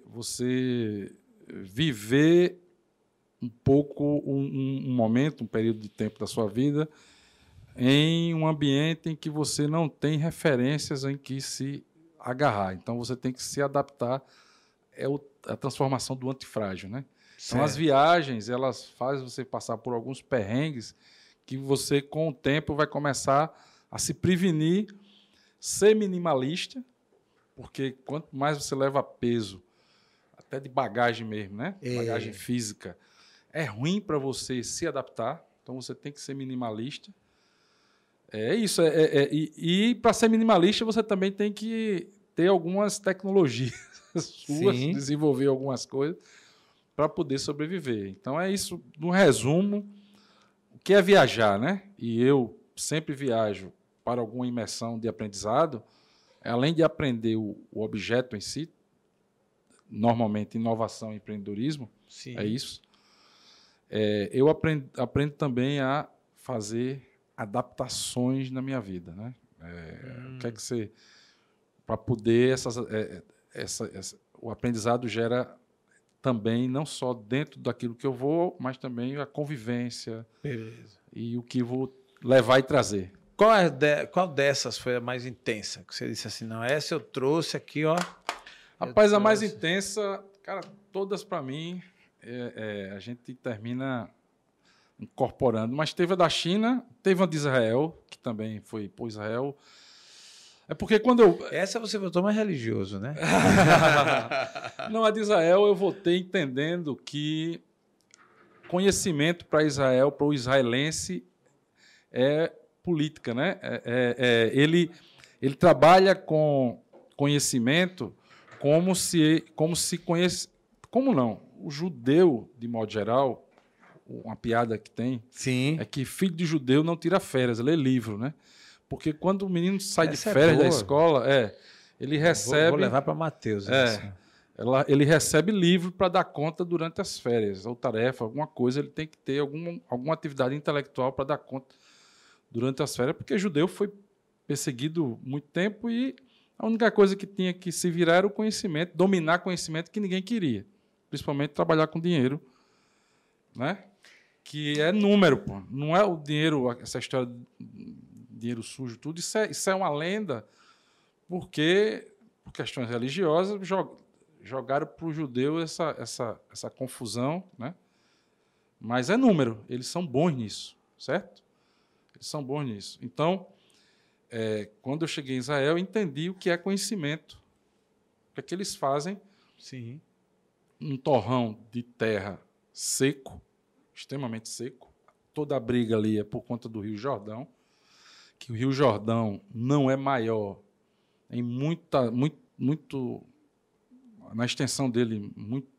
[SPEAKER 2] viver um pouco um momento, um período de tempo da sua vida em um ambiente em que você não tem referências em que se agarrar. Então, você tem que se adaptar. A transformação do antifrágil, né? Então, as viagens, elas fazem você passar por alguns perrengues que você, com o tempo, vai começar a se prevenir, ser minimalista, porque quanto mais você leva peso, até de bagagem mesmo, né? Bagagem física, é ruim para você se adaptar. Então, você tem que ser minimalista. Isso. E para ser minimalista, você também tem que ter algumas tecnologias suas, desenvolver algumas coisas para poder sobreviver. Então, é isso, no resumo, o que é viajar, né? E eu sempre viajo para alguma imersão de aprendizado, além de aprender o objeto em si, normalmente inovação e empreendedorismo, é isso. Eu aprendo também a fazer adaptações na minha vida, né? O que é que você... Para poder... o aprendizado gera também, não só dentro daquilo que eu vou, mas também a convivência.
[SPEAKER 1] Beleza.
[SPEAKER 2] E o que vou levar e trazer.
[SPEAKER 1] Qual dessas foi a mais intensa? Que você disse assim, não, essa eu trouxe aqui, ó.
[SPEAKER 2] Rapaz, a mais intensa, cara, todas para mim, a gente termina incorporando. Mas teve a da China, teve a de Israel, que também foi por Israel. É porque quando eu...
[SPEAKER 1] Essa você votou mais religioso, né?
[SPEAKER 2] Não, a de Israel eu votei entendendo que conhecimento para Israel, para o israelense, é política, né? Ele trabalha com conhecimento como se conhece... Como não? O judeu, de modo geral, uma piada que tem, é que filho de judeu não tira férias, lê livro, né? Porque quando o menino sai de férias da escola, ele recebe...
[SPEAKER 1] Vou levar para Mateus.
[SPEAKER 2] Ele recebe livro para dar conta durante as férias, ou tarefa, alguma coisa, ele tem que ter alguma atividade intelectual para dar conta durante as férias, porque judeu foi perseguido muito tempo e a única coisa que tinha que se virar era o conhecimento, dominar conhecimento que ninguém queria, principalmente trabalhar com dinheiro, né? Que é número, pô. Não é o dinheiro, essa história de dinheiro sujo, tudo. Isso é uma lenda, porque, por questões religiosas, jogaram para o judeu essa confusão, né? Mas é número, eles são bons nisso, certo? Eles são bons nisso. Então, quando eu cheguei em Israel, eu entendi o que é conhecimento. O que é que eles fazem?
[SPEAKER 1] Sim.
[SPEAKER 2] Um torrão de terra seco, extremamente seco. Toda a briga ali é por conta do Rio Jordão, que o Rio Jordão não é maior em muito na extensão dele,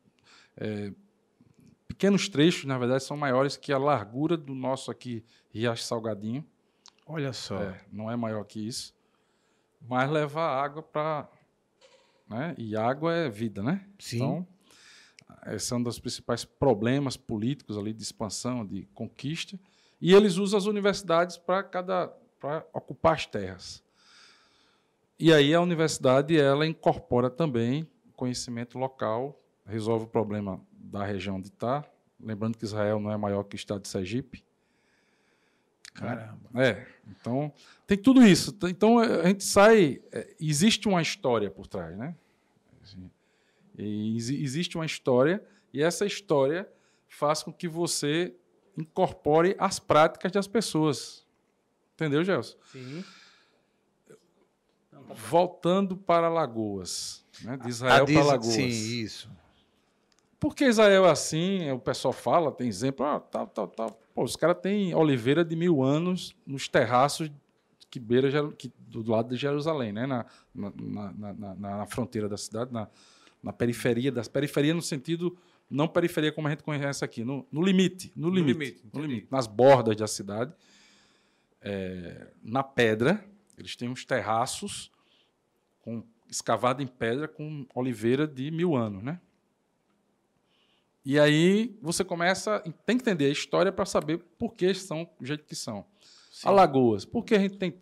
[SPEAKER 2] pequenos trechos, na verdade, são maiores que a largura do nosso aqui Riacho Salgadinho.
[SPEAKER 1] Olha só.
[SPEAKER 2] Não é maior que isso. Mas leva água para... Né? E água é vida, né?
[SPEAKER 1] Sim.
[SPEAKER 2] Então, esse é um dos principais problemas políticos ali de expansão, de conquista. E eles usam as universidades para ocupar as terras. E aí a universidade ela incorpora também conhecimento local, resolve o problema da região onde está. Lembrando que Israel não é maior que o estado de Sergipe.
[SPEAKER 1] Caramba.
[SPEAKER 2] Então, tem tudo isso. Então, a gente sai... existe uma história por trás, né? Existe uma história, e essa história faz com que você incorpore as práticas das pessoas. Entendeu, Gelson?
[SPEAKER 1] Sim.
[SPEAKER 2] Voltando para Lagoas, né? De Israel para Lagoas.
[SPEAKER 1] Sim, isso.
[SPEAKER 2] Por que Israel é assim? O pessoal fala, tem exemplo, tal. Pô, os caras têm oliveira de 1000 anos nos terraços que beira do lado de Jerusalém, né? Na fronteira da cidade, na periferia, periferia no sentido, não periferia como a gente conhece aqui, no limite, nas bordas da cidade, na pedra. Eles têm uns terraços escavados em pedra com oliveira de 1000 anos, né? E aí você tem que entender a história para saber por que são do jeito que são. Sim. Alagoas, por que a gente tem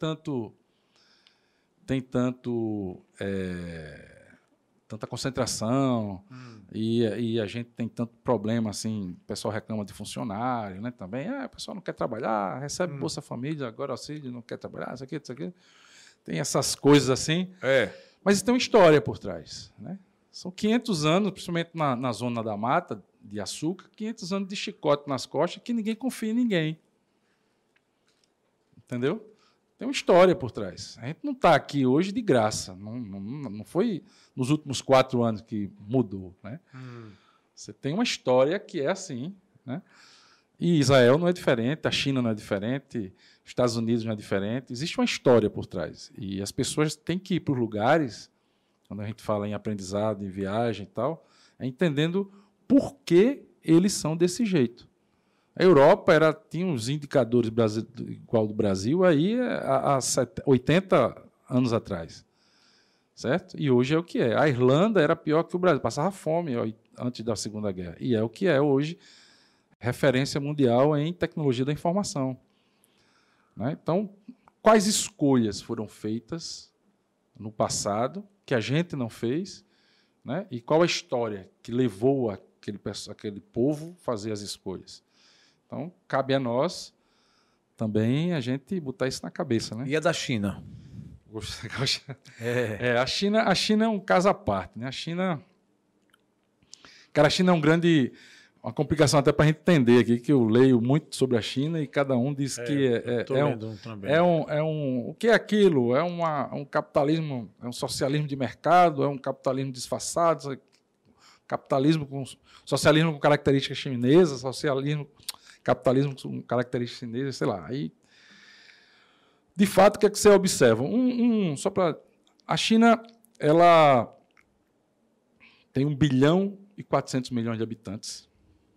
[SPEAKER 2] tanta concentração e a gente tem tanto problema, assim, o pessoal reclama de funcionário, né, também, o pessoal não quer trabalhar, recebe Bolsa Família, agora auxílio, não quer trabalhar, isso aqui. Tem essas coisas assim, mas tem uma história por trás, né? São 500 anos, principalmente na zona da mata de açúcar, 500 anos de chicote nas costas que ninguém confia em ninguém. Entendeu? Tem uma história por trás. A gente não está aqui hoje de graça. Não foi nos últimos 4 anos que mudou, né? Você tem uma história que é assim, né? E Israel não é diferente, a China não é diferente, os Estados Unidos não é diferente. Existe uma história por trás. E as pessoas têm que ir para os lugares, quando a gente fala em aprendizado, em viagem e tal, entendendo por que eles são desse jeito. A Europa tinha uns indicadores igual do Brasil aí há 80 anos atrás. Certo? E hoje é o que é. A Irlanda era pior que o Brasil, passava fome antes da Segunda Guerra. E é o que é hoje, referência mundial em tecnologia da informação. Né? Então, quais escolhas foram feitas no passado que a gente não fez, né? E qual a história que levou aquele povo a fazer as escolhas? Então, cabe a nós também a gente botar isso na cabeça, né?
[SPEAKER 1] E a da China?
[SPEAKER 2] A China é um caso à parte, né? A China é uma complicação até para a gente entender aqui, que eu leio muito sobre a China e cada um diz que o que é aquilo? É um capitalismo, é um socialismo de mercado, é um capitalismo disfarçado, socialismo com características chinesas, capitalismo com características chinesas, sei lá. Aí, de fato, o que é que você observa? A China, ela tem 1 bilhão e 400 milhões de habitantes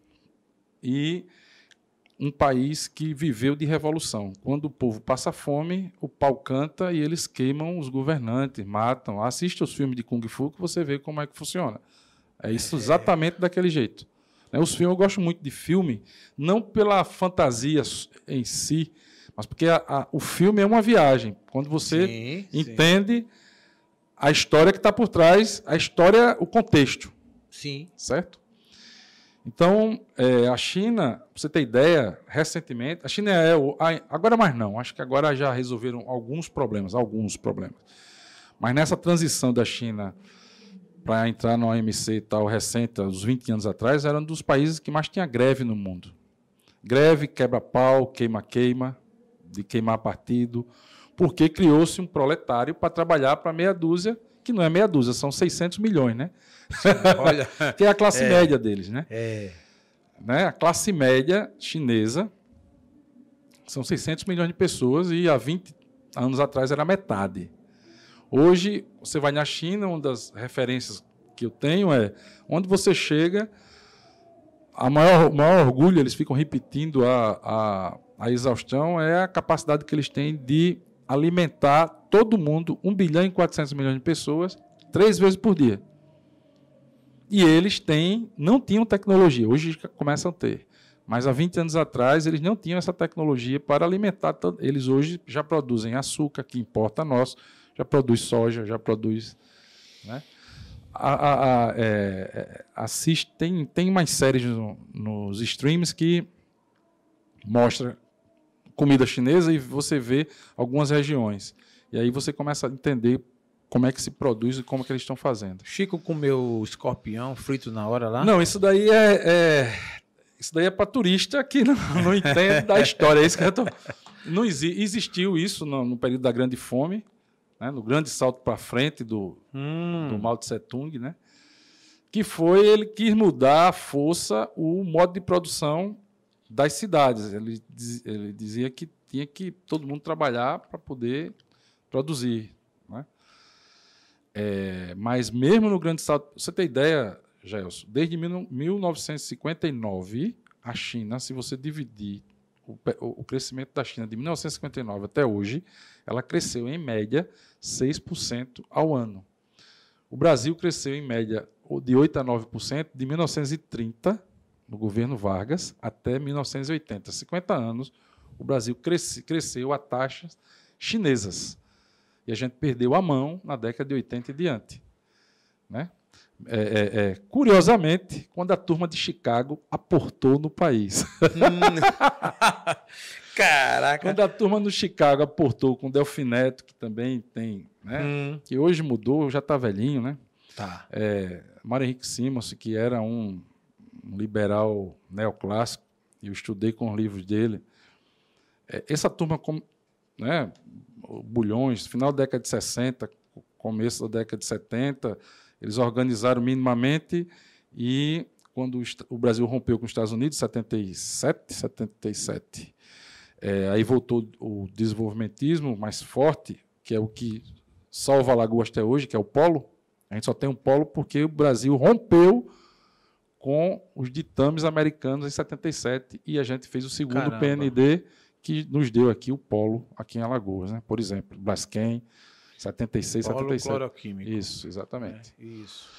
[SPEAKER 2] e um país que viveu de revolução. Quando o povo passa fome, o pau canta e eles queimam os governantes, matam. Assiste os filmes de Kung Fu que você vê como é que funciona. É isso exatamente daquele jeito. Os filmes, eu gosto muito de filme, não pela fantasia em si, mas porque o filme é uma viagem. Quando você entende a história que está por trás, o contexto.
[SPEAKER 1] Sim.
[SPEAKER 2] Certo? Então, a China, para você ter ideia, recentemente, a China agora mais não, acho que agora já resolveram alguns problemas. Mas nessa transição da China para entrar na OMC e tal, recente, uns 20 anos atrás, era um dos países que mais tinha greve no mundo. Greve, quebra-pau, queima-queima, de queimar partido, porque criou-se um proletário para trabalhar para meia dúzia, que não é meia dúzia, são 600 milhões, né? Olha, que é a classe média deles, né? Né? A classe média chinesa são 600 milhões de pessoas e há 20 anos atrás era metade. Hoje, você vai na China, uma das referências que eu tenho é onde você chega, o maior orgulho, eles ficam repetindo a exaustão, é a capacidade que eles têm de alimentar todo mundo, 1 bilhão e 400 milhões de pessoas, 3 vezes por dia. E eles não tinham tecnologia, hoje começam a ter. Mas há 20 anos atrás, eles não tinham essa tecnologia para alimentar. Eles hoje já produzem açúcar, que importa nosso, já produz soja, já produz. Né? Tem umas séries nos streams que mostra comida chinesa e você vê algumas regiões. E aí você começa a entender como é que se produz e como é que eles estão fazendo.
[SPEAKER 1] Chico comeu escorpião frito na hora lá?
[SPEAKER 2] Não, isso daí é para turista que não entende da história. É isso que eu tô... Não existiu isso no período da Grande Fome, né, no grande salto para frente do Mao Tse Tung, né, que foi ele quis mudar à força o modo de produção das cidades. Ele dizia que tinha que todo mundo trabalhar para poder produzir, né? Mas mesmo no grande salto, você tem ideia, Gelson, desde 1959, a China, se você dividir o crescimento da China de 1959 até hoje, ela cresceu, em média, 6% ao ano. O Brasil cresceu, em média, de 8% a 9% de 1930, no governo Vargas, até 1980. 50 anos, o Brasil cresceu a taxas chinesas. E a gente perdeu a mão na década de 80 e diante, né? Curiosamente, quando a turma de Chicago aportou no país.
[SPEAKER 1] Caraca!
[SPEAKER 2] Quando a turma no Chicago aportou com o Delfim Neto, que também tem, né? Que hoje mudou, já está velhinho, né?
[SPEAKER 1] Tá.
[SPEAKER 2] Mário Henrique Simons, que era um liberal neoclássico, eu estudei com os livros dele. Essa turma, né, Bulhões, final da década de 60, começo da década de 70, eles organizaram minimamente e quando o Brasil rompeu com os Estados Unidos, 77, aí voltou o desenvolvimentismo mais forte, que é o que salva Alagoas até hoje, que é o polo. A gente só tem um polo porque o Brasil rompeu com os ditames americanos em 77 e a gente fez o segundo PND que nos deu aqui o polo aqui em Alagoas, né? Por exemplo, Braskem, 76,
[SPEAKER 1] polo
[SPEAKER 2] 77.
[SPEAKER 1] Cloroquímico.
[SPEAKER 2] Isso, exatamente.
[SPEAKER 1] Isso.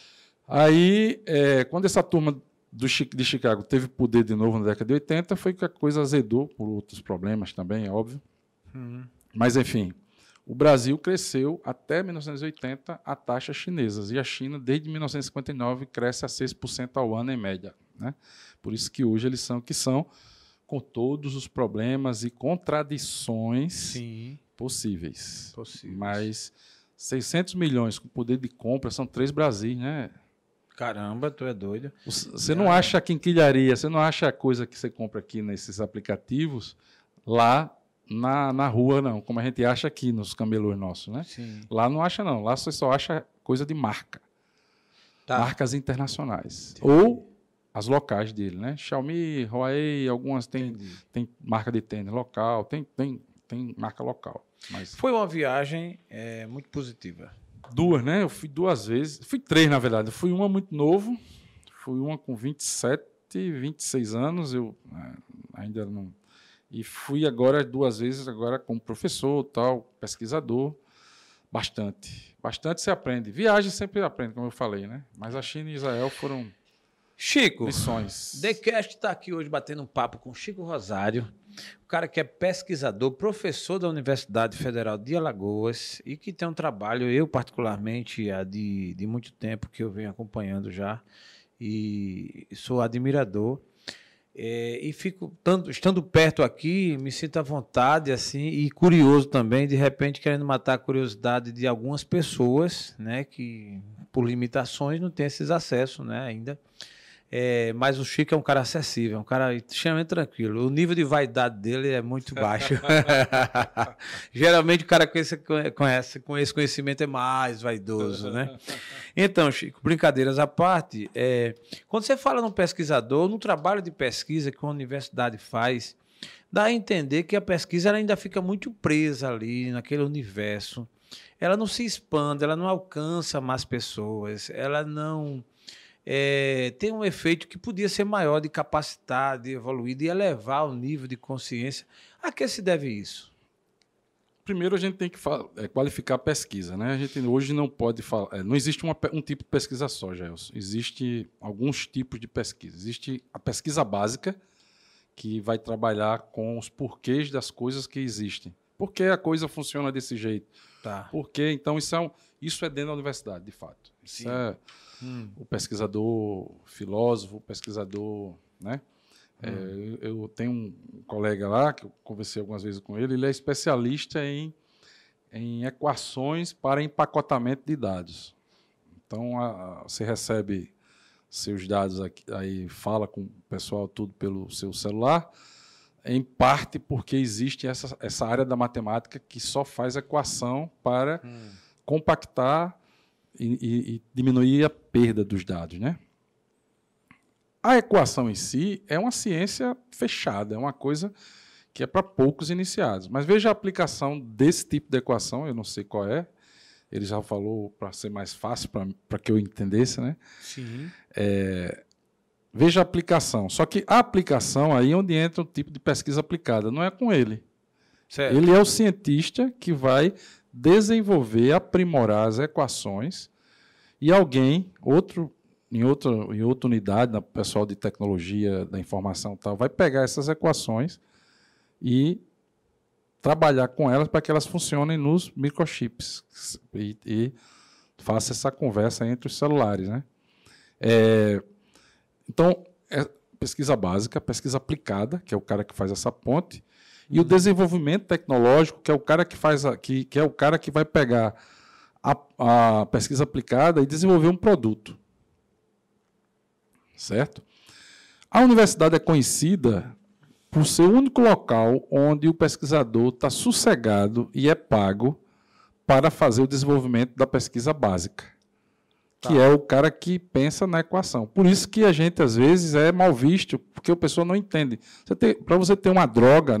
[SPEAKER 2] Aí, quando essa turma de Chicago teve poder de novo na década de 80, foi que a coisa azedou por outros problemas também, é óbvio. Mas, enfim, o Brasil cresceu até 1980 a taxas chinesas. E a China, desde 1959, cresce a 6% ao ano em média, né? Por isso que hoje eles são o que são, com todos os problemas e contradições possíveis. Mas 600 milhões com poder de compra são 3 Brasis, né?
[SPEAKER 1] Caramba, tu é doido.
[SPEAKER 2] Você não acha quinquilharia, você não acha a coisa que você compra aqui nesses aplicativos lá na rua, não, como a gente acha aqui nos camelôs nossos, né?
[SPEAKER 1] Sim.
[SPEAKER 2] Lá não acha, não. Lá você só acha coisa de marca.
[SPEAKER 1] Tá.
[SPEAKER 2] Marcas internacionais. Ou as locais dele, né? Xiaomi, Huawei, algumas tem marca de tênis local, tem marca local. Mas
[SPEAKER 1] foi uma viagem muito positiva.
[SPEAKER 2] 2, né? Eu fui 2 vezes. Fui 3, na verdade. Eu fui uma muito novo. Fui uma com 27, 26 anos. Eu ainda não... E fui agora 2 vezes agora como professor, tal, pesquisador. Bastante. Bastante se aprende. Viagem sempre aprende, como eu falei, né? Mas a China e Israel foram...
[SPEAKER 1] Chico,
[SPEAKER 2] missões.
[SPEAKER 1] TheCast está aqui hoje batendo um papo com Chico Rosário, o cara que é pesquisador, professor da Universidade Federal de Alagoas e que tem um trabalho, eu particularmente, de muito tempo que eu venho acompanhando já e sou admirador. E fico, estando perto aqui, me sinto à vontade assim, e curioso também, de repente querendo matar a curiosidade de algumas pessoas, né, que por limitações não têm esses acessos, né, ainda. Mas o Chico é um cara acessível, é um cara extremamente tranquilo. O nível de vaidade dele é muito baixo. Geralmente o cara com esse conhecimento é mais vaidoso, né? Então, Chico, brincadeiras à parte, quando você fala num pesquisador, no trabalho de pesquisa que uma universidade faz, dá a entender que a pesquisa ela ainda fica muito presa ali naquele universo. Ela não se expande, ela não alcança mais pessoas, ela não... tem um efeito que podia ser maior de capacitar, de evoluir, de elevar o nível de consciência. A que se deve isso?
[SPEAKER 2] Primeiro, a gente tem que qualificar a pesquisa, né? A gente hoje não pode falar... não existe um tipo de pesquisa só, Gelson. Existem alguns tipos de pesquisa. Existe a pesquisa básica, que vai trabalhar com os porquês das coisas que existem. Por que a coisa funciona desse jeito?
[SPEAKER 1] Tá.
[SPEAKER 2] Por quê? Então, isso é dentro da universidade, de fato. Isso é o pesquisador, filósofo, pesquisador, né? Eu tenho um colega lá, que eu conversei algumas vezes com ele, ele é especialista em equações para empacotamento de dados. Então, você recebe seus dados aqui, aí fala com o pessoal tudo pelo seu celular, em parte porque existe essa área da matemática que só faz equação para compactar e diminuir a perda dos dados, né? A equação em si é uma ciência fechada, é uma coisa que é para poucos iniciados. Mas veja a aplicação desse tipo de equação, eu não sei qual é, ele já falou para ser mais fácil, para que eu entendesse, né?
[SPEAKER 1] Sim.
[SPEAKER 2] Veja a aplicação. Só que a aplicação aí é onde entra o tipo de pesquisa aplicada, não é com ele.
[SPEAKER 1] Certo.
[SPEAKER 2] Ele é o cientista que vai desenvolver, aprimorar as equações e alguém, em outra unidade, pessoal de tecnologia da informação e tal, vai pegar essas equações e trabalhar com elas para que elas funcionem nos microchips e faça essa conversa entre os celulares, né? Então, pesquisa básica, pesquisa aplicada, que é o cara que faz essa ponte, e o desenvolvimento tecnológico, que é o cara que faz que é o cara que vai pegar a pesquisa aplicada e desenvolver um produto. Certo? A universidade é conhecida por ser o único local onde o pesquisador está sossegado e é pago para fazer o desenvolvimento da pesquisa básica, que é o cara que pensa na equação. Por isso que a gente, às vezes, é mal visto, porque a pessoa não entende. Para você ter uma droga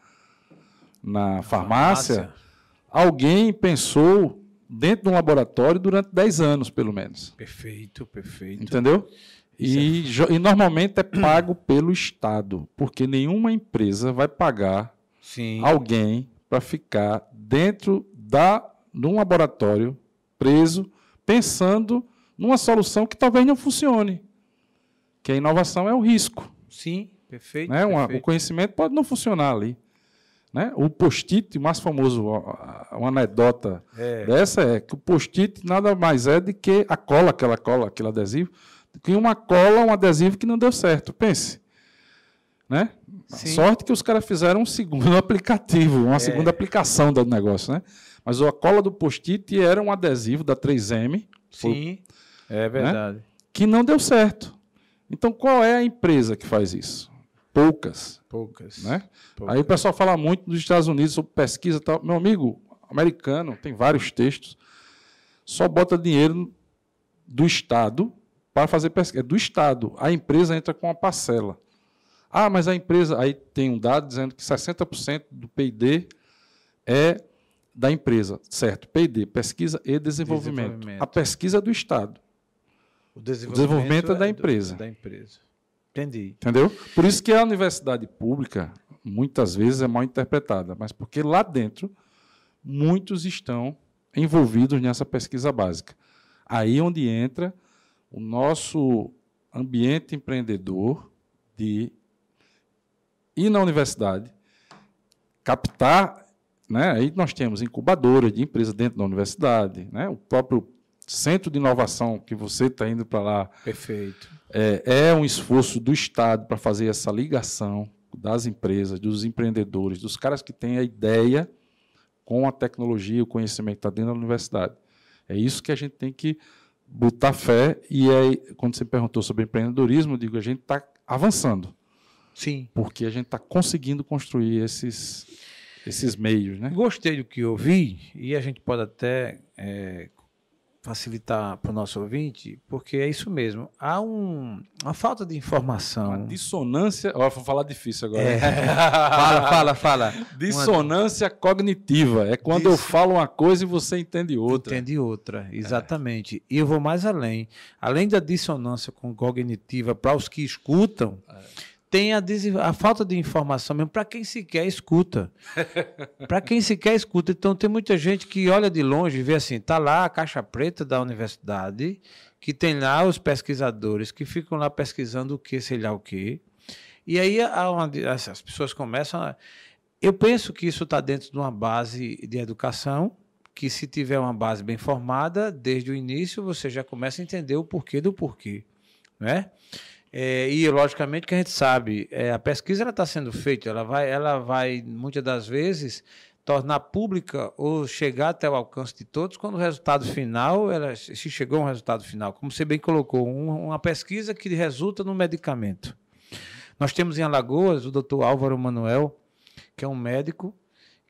[SPEAKER 2] na farmácia, alguém pensou dentro de um laboratório durante 10 anos, pelo menos.
[SPEAKER 1] Perfeito, perfeito.
[SPEAKER 2] Entendeu? E normalmente é pago pelo Estado, porque nenhuma empresa vai pagar alguém para ficar dentro de um laboratório preso, pensando numa solução que talvez não funcione. Que a inovação é o risco.
[SPEAKER 1] Sim, perfeito.
[SPEAKER 2] Né?
[SPEAKER 1] Perfeito.
[SPEAKER 2] O conhecimento pode não funcionar ali. Né? O post-it, o mais famoso, uma anedota dessa é que o post-it nada mais é do que a cola, aquele adesivo, que uma cola, um adesivo que não deu certo. Pense. Né? Sorte que os caras fizeram um segundo aplicativo, uma segunda aplicação do negócio. Né? Mas a cola do post-it era um adesivo da 3M.
[SPEAKER 1] Sim, é verdade.
[SPEAKER 2] Né? Que não deu certo. Então, qual é a empresa que faz isso? Poucas. Né? Aí o pessoal fala muito dos Estados Unidos sobre pesquisa e tal. Meu amigo americano, tem vários textos, só bota dinheiro do Estado para fazer pesquisa. É do Estado. A empresa entra com uma parcela. Ah, mas a empresa... Aí tem um dado dizendo que 60% do P&D é da empresa. Certo, P&D, pesquisa e desenvolvimento. A pesquisa é do Estado. O desenvolvimento é da empresa.
[SPEAKER 1] Entendi.
[SPEAKER 2] Entendeu? Por isso que a universidade pública, muitas vezes, é mal interpretada, mas porque lá dentro, muitos estão envolvidos nessa pesquisa básica. Aí onde entra o nosso ambiente empreendedor de ir na universidade, captar, né? Aí nós temos incubadoras de empresas dentro da universidade, né? O próprio centro de inovação que você está indo para lá.
[SPEAKER 1] Perfeito.
[SPEAKER 2] É um esforço do Estado para fazer essa ligação das empresas, dos empreendedores, dos caras que têm a ideia com a tecnologia, o conhecimento que está dentro da universidade. É isso que a gente tem que botar fé. E aí, quando você perguntou sobre empreendedorismo, eu digo, a gente está avançando.
[SPEAKER 1] Sim.
[SPEAKER 2] Porque a gente está conseguindo construir esses meios. Né?
[SPEAKER 1] Gostei do que eu vi, e a gente pode até facilitar para o nosso ouvinte, porque é isso mesmo. Há uma falta de informação.
[SPEAKER 2] Uma dissonância... Vou falar difícil agora.
[SPEAKER 1] Fala.
[SPEAKER 2] Dissonância cognitiva. É quando eu falo uma coisa e você entende outra.
[SPEAKER 1] Entende outra, exatamente. E eu vou mais além. Além da dissonância cognitiva para os que escutam, tem a falta de informação mesmo para quem sequer escuta. Para quem sequer escuta. Então, tem muita gente que olha de longe e vê assim, está lá a caixa preta da universidade, que tem lá os pesquisadores que ficam lá pesquisando o que, sei lá o quê. E aí as pessoas começam Eu penso que isso está dentro de uma base de educação, que se tiver uma base bem formada, desde o início você já começa a entender o porquê do porquê. Né? E, logicamente, que a gente sabe, a pesquisa está sendo feita, ela vai, muitas das vezes, tornar pública ou chegar até o alcance de todos quando o resultado final, se chegou a um resultado final. Como você bem colocou, uma pesquisa que resulta no medicamento. Nós temos em Alagoas o Dr. Álvaro Manuel, que é um médico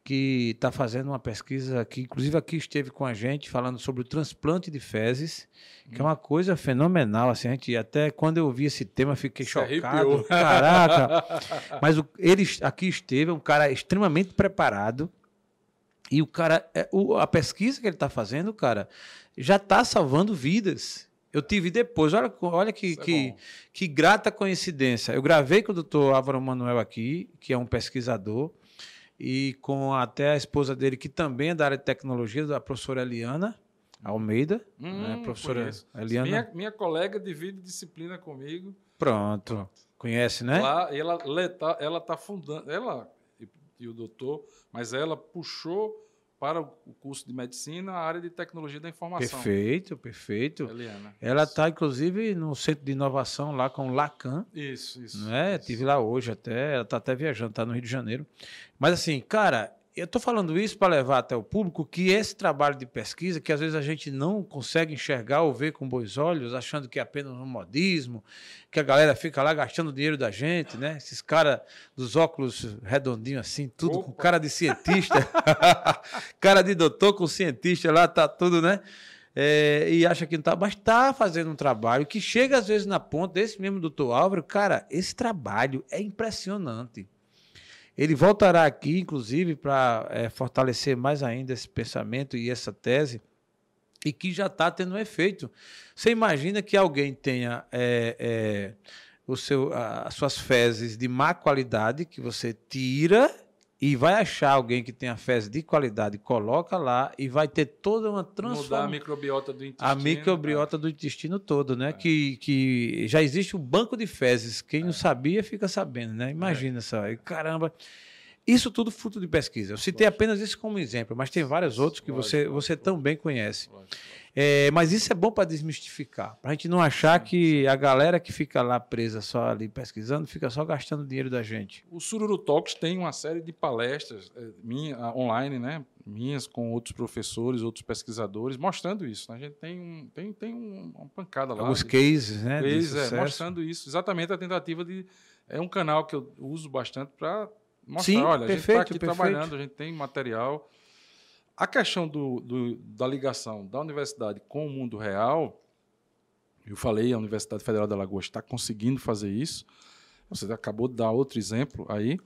[SPEAKER 1] que está fazendo uma pesquisa que, inclusive, aqui esteve com a gente falando sobre o transplante de fezes, que é uma coisa fenomenal. Assim, a gente, até quando eu vi esse tema, fiquei chocado.
[SPEAKER 2] Arrepiou.
[SPEAKER 1] Caraca! Mas ele aqui esteve, é um cara extremamente preparado. E o cara, a pesquisa que ele está fazendo, cara, já está salvando vidas. Eu tive depois, olha que grata coincidência. Eu gravei com o doutor Álvaro Manuel aqui, que é um pesquisador, e com até a esposa dele, que também é da área de tecnologia, da professora Eliana Almeida. Né? Professora
[SPEAKER 2] Conheço.
[SPEAKER 1] Eliana.
[SPEAKER 2] Minha colega divide disciplina comigo.
[SPEAKER 1] Pronto. Conhece, né?
[SPEAKER 2] Lá, ela está fundando, ela e o doutor, mas ela puxou para o curso de medicina a área de tecnologia da informação.
[SPEAKER 1] Perfeito, perfeito.
[SPEAKER 2] Eliana.
[SPEAKER 1] Ela está, inclusive, no centro de inovação lá com o Lacan.
[SPEAKER 2] Isso.
[SPEAKER 1] Né? Estive lá hoje até, ela está até viajando, está no Rio de Janeiro. Mas assim, cara, eu estou falando isso para levar até o público que esse trabalho de pesquisa, que às vezes a gente não consegue enxergar ou ver com bons olhos, achando que é apenas um modismo, que a galera fica lá gastando o dinheiro da gente, né? Esses caras dos óculos redondinhos assim, tudo com cara de cientista, cara de doutor com cientista lá, tá tudo, né? E acha que não tá, mas está fazendo um trabalho que chega às vezes na ponta, esse mesmo doutor Álvaro, cara, esse trabalho é impressionante. Ele voltará aqui, inclusive, para fortalecer mais ainda esse pensamento e essa tese, e que já está tendo um efeito. Você imagina que alguém tenha as suas fezes de má qualidade, que você tira e vai achar alguém que tem a fezes de qualidade, coloca lá e vai ter toda uma transformação.
[SPEAKER 2] Mudar a microbiota do intestino.
[SPEAKER 1] A microbiota do intestino todo, né? Que já existe o banco de fezes. Quem não sabia, fica sabendo, né? Imagina só. E, caramba. Isso tudo fruto de pesquisa. Eu citei apenas isso como exemplo, mas tem vários outros que você também conhece. Mas isso é bom para desmistificar, para a gente não achar que a galera que fica lá presa só ali pesquisando, fica só gastando dinheiro da gente.
[SPEAKER 2] O Sururu Talks tem uma série de palestras online, né? Minhas com outros professores, outros pesquisadores, mostrando isso. Né? A gente tem uma pancada lá.
[SPEAKER 1] Os cases, né?
[SPEAKER 2] Mostrando isso. Exatamente a tentativa de... É um canal que eu uso bastante para mostrar,
[SPEAKER 1] sim,
[SPEAKER 2] olha,
[SPEAKER 1] perfeito,
[SPEAKER 2] a gente está aqui trabalhando, a gente tem material. A questão da ligação da universidade com o mundo real, eu falei, a Universidade Federal de Alagoas está conseguindo fazer isso. Você acabou de dar outro exemplo aí.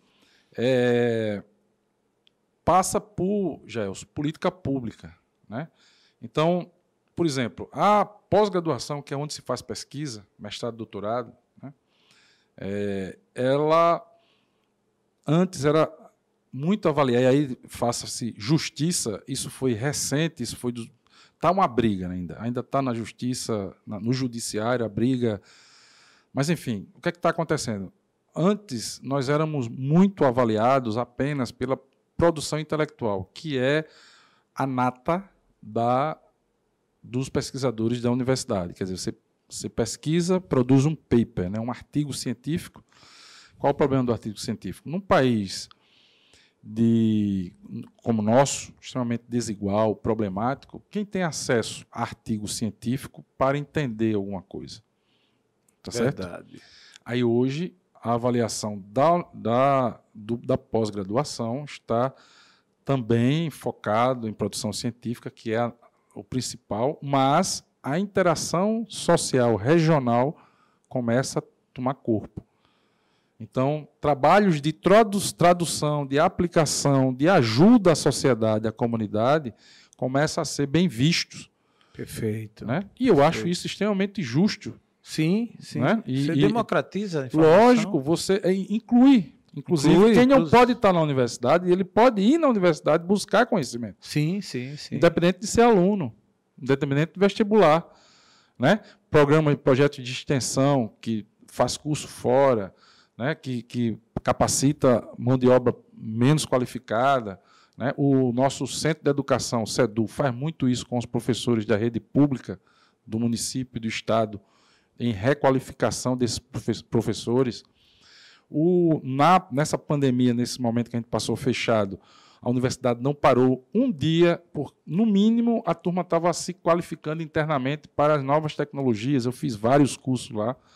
[SPEAKER 2] Passa por, Gelson, política pública. Né? Então, por exemplo, a pós-graduação, que é onde se faz pesquisa, mestrado, doutorado, né? Ela antes era muito avaliada, e aí faça-se justiça, isso foi recente, isso foi... Está uma briga ainda está na justiça, no judiciário, a briga. Mas, enfim, o que é que está acontecendo? Antes, nós éramos muito avaliados apenas pela produção intelectual, que é a nata dos pesquisadores da universidade. Quer dizer, você pesquisa, produz um paper, né, um artigo científico. Qual o problema do artigo científico? Num país como o nosso, extremamente desigual, problemático, quem tem acesso a artigo científico para entender alguma coisa? Tá certo?
[SPEAKER 1] Verdade.
[SPEAKER 2] Aí hoje a avaliação da pós-graduação está também focado em produção científica, que é o principal, mas a interação social regional começa a tomar corpo. Então, trabalhos de tradução, de aplicação, de ajuda à sociedade, à comunidade, começam a ser bem vistos.
[SPEAKER 1] Perfeito.
[SPEAKER 2] Né? E eu acho isso extremamente justo.
[SPEAKER 1] Sim.
[SPEAKER 2] Né?
[SPEAKER 1] Você democratiza a informação.
[SPEAKER 2] Lógico, você inclui. Inclusive, quem não pode estar na universidade, ele pode ir na universidade buscar conhecimento.
[SPEAKER 1] Sim.
[SPEAKER 2] Independente de ser aluno, independente do vestibular. Né? Projeto de extensão, que faz curso fora, né, que capacita mão de obra menos qualificada. Né? O nosso Centro de Educação, CEDU, faz muito isso com os professores da rede pública do município e do estado, em requalificação desses professores. Nessa pandemia, nesse momento que a gente passou fechado, a universidade não parou um dia, no mínimo, a turma estava se qualificando internamente para as novas tecnologias. Eu fiz vários cursos lá.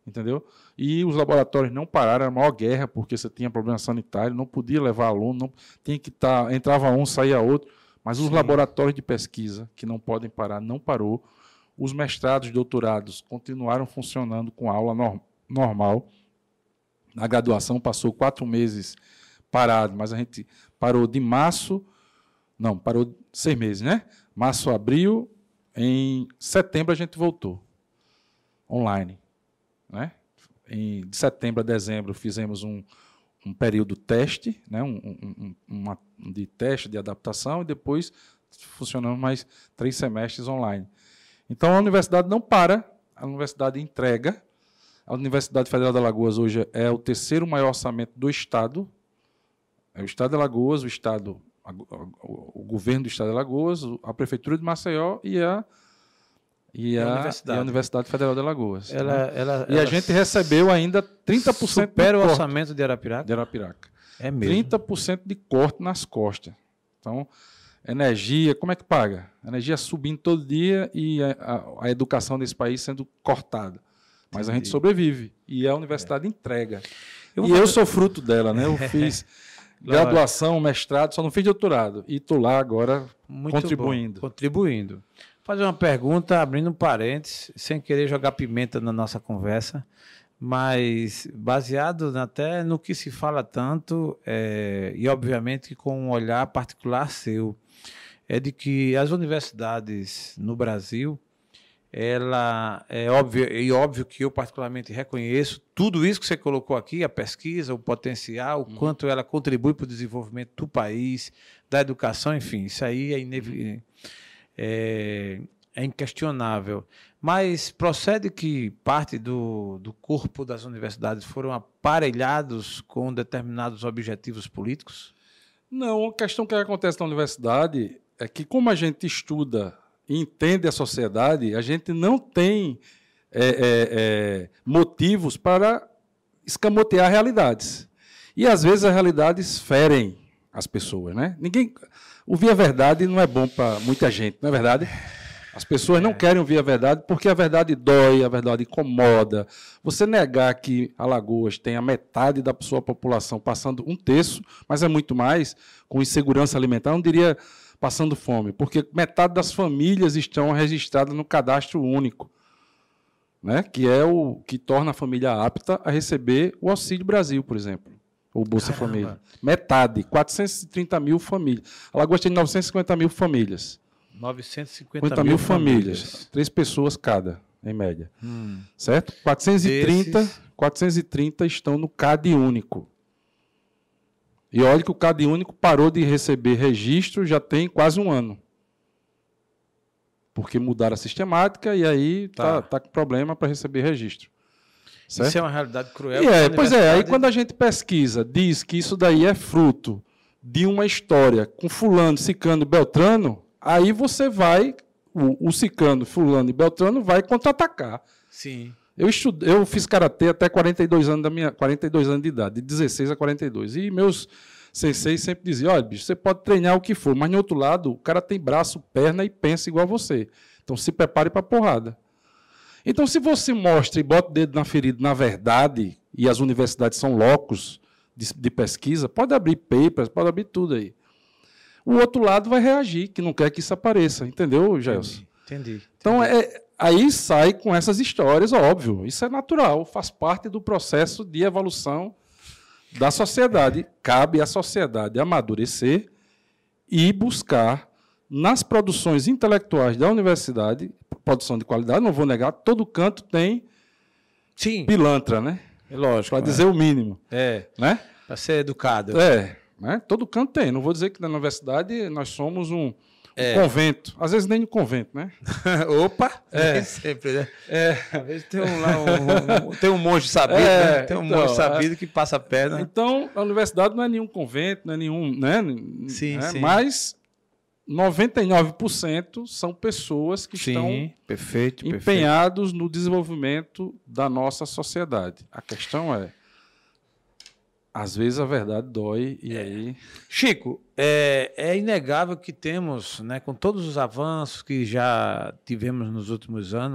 [SPEAKER 2] entendeu? E os laboratórios não pararam, era a maior guerra, porque você tinha problema sanitário, não podia levar aluno, não, tinha que estar, entrava um, saía outro, mas os laboratórios de pesquisa, que não podem parar, não parou. Os mestrados e doutorados continuaram funcionando com aula normal. A graduação passou 4 meses parado, mas a gente parou de março, não, parou 6 meses, né? Março, abril, em setembro a gente voltou online, né? De setembro a dezembro fizemos um período teste, né? De teste, de adaptação, e depois funcionamos mais 3 semestres online. Então, a universidade não para, a universidade entrega. A Universidade Federal de Alagoas hoje é o 3º maior orçamento do Estado. É o Estado de Alagoas, o governo do Estado de Alagoas, a Prefeitura de Maceió e a Universidade Federal de Alagoas. E a gente recebeu ainda 30%
[SPEAKER 1] supera o orçamento de Arapiraca?
[SPEAKER 2] De Arapiraca.
[SPEAKER 1] É mesmo?
[SPEAKER 2] 30% de corte nas costas. Então, energia, como é que paga? A energia subindo todo dia e a educação nesse país sendo cortada. Mas a gente sobrevive. E a universidade entrega. Eu sou fruto dela, né? Eu fiz graduação, mestrado, só não fiz doutorado. E estou lá agora contribuindo.
[SPEAKER 1] Contribuindo. Vou fazer uma pergunta, abrindo um parênteses, sem querer jogar pimenta na nossa conversa, mas baseado até no que se fala tanto, e obviamente com um olhar particular seu, é de que as universidades no Brasil, ela é óbvio que eu particularmente reconheço tudo isso que você colocou aqui, a pesquisa, o potencial, o quanto ela contribui para o desenvolvimento do país, da educação, enfim, isso aí é inquestionável. Mas procede que parte do corpo das universidades foram aparelhados com determinados objetivos políticos?
[SPEAKER 2] Não, a questão que acontece na universidade é que, como a gente estuda e entende a sociedade, a gente não tem motivos para escamotear realidades. E, às vezes, as realidades ferem as pessoas, né? Ouvir a verdade não é bom para muita gente, não é verdade? As pessoas não querem ouvir a verdade porque a verdade dói, a verdade incomoda. Você negar que Alagoas tem a metade da sua população passando 1/3, mas é muito mais, com insegurança alimentar, não diria passando fome, porque metade das famílias estão registradas no cadastro único, né? Que é o que torna a família apta a receber o Auxílio Brasil, por exemplo, ou Bolsa Família. Metade, 430 mil famílias. Alagoas tem 950 mil famílias.
[SPEAKER 1] 950 mil
[SPEAKER 2] famílias. 3 pessoas cada, em média. Certo? 430 estão no CAD único. E olha que o CAD único parou de receber registro já tem quase 1 ano. Porque mudaram a sistemática e aí tá com problema para receber registro. Certo?
[SPEAKER 1] Isso é uma realidade cruel.
[SPEAKER 2] Pois é, aí quando a gente pesquisa, diz que isso daí é fruto de uma história com fulano, ciclano e beltrano, aí você vai, o ciclano, fulano e beltrano vai contra-atacar.
[SPEAKER 1] Sim.
[SPEAKER 2] Eu fiz karatê até 42 anos de idade, de 16 a 42. E meus senseis sempre diziam, olha, bicho, você pode treinar o que for, mas, no outro lado, o cara tem braço, perna e pensa igual a você. Então, se prepare para a porrada. Então, se você mostra e bota o dedo na ferida, na verdade, e as universidades são locos de pesquisa, pode abrir papers, pode abrir tudo aí. O outro lado vai reagir, que não quer que isso apareça. Entendeu, Gelson?
[SPEAKER 1] Entendi.
[SPEAKER 2] Então, aí sai com essas histórias, óbvio. Isso é natural, faz parte do processo de evolução da sociedade. Cabe à sociedade amadurecer e buscar, nas produções intelectuais da universidade, produção de qualidade, não vou negar, todo canto tem pilantra, né?
[SPEAKER 1] É lógico.
[SPEAKER 2] Para dizer o mínimo. Né?
[SPEAKER 1] Para ser educado.
[SPEAKER 2] Né? Todo canto tem. Não vou dizer que na universidade nós somos um convento. Às vezes nem um convento, né?
[SPEAKER 1] Opa! Nem sempre, né? Às vezes tem um monge sabido, né? Tem um monge sabido que passa a perna.
[SPEAKER 2] Então, a universidade não é nenhum convento, não é nenhum... Né?
[SPEAKER 1] Sim, sim.
[SPEAKER 2] Mas 99% são pessoas que estão empenhados no desenvolvimento da nossa sociedade. A questão às vezes a verdade dói e aí...
[SPEAKER 1] Chico, é inegável que temos, né, com todos os avanços que já tivemos nos últimos anos,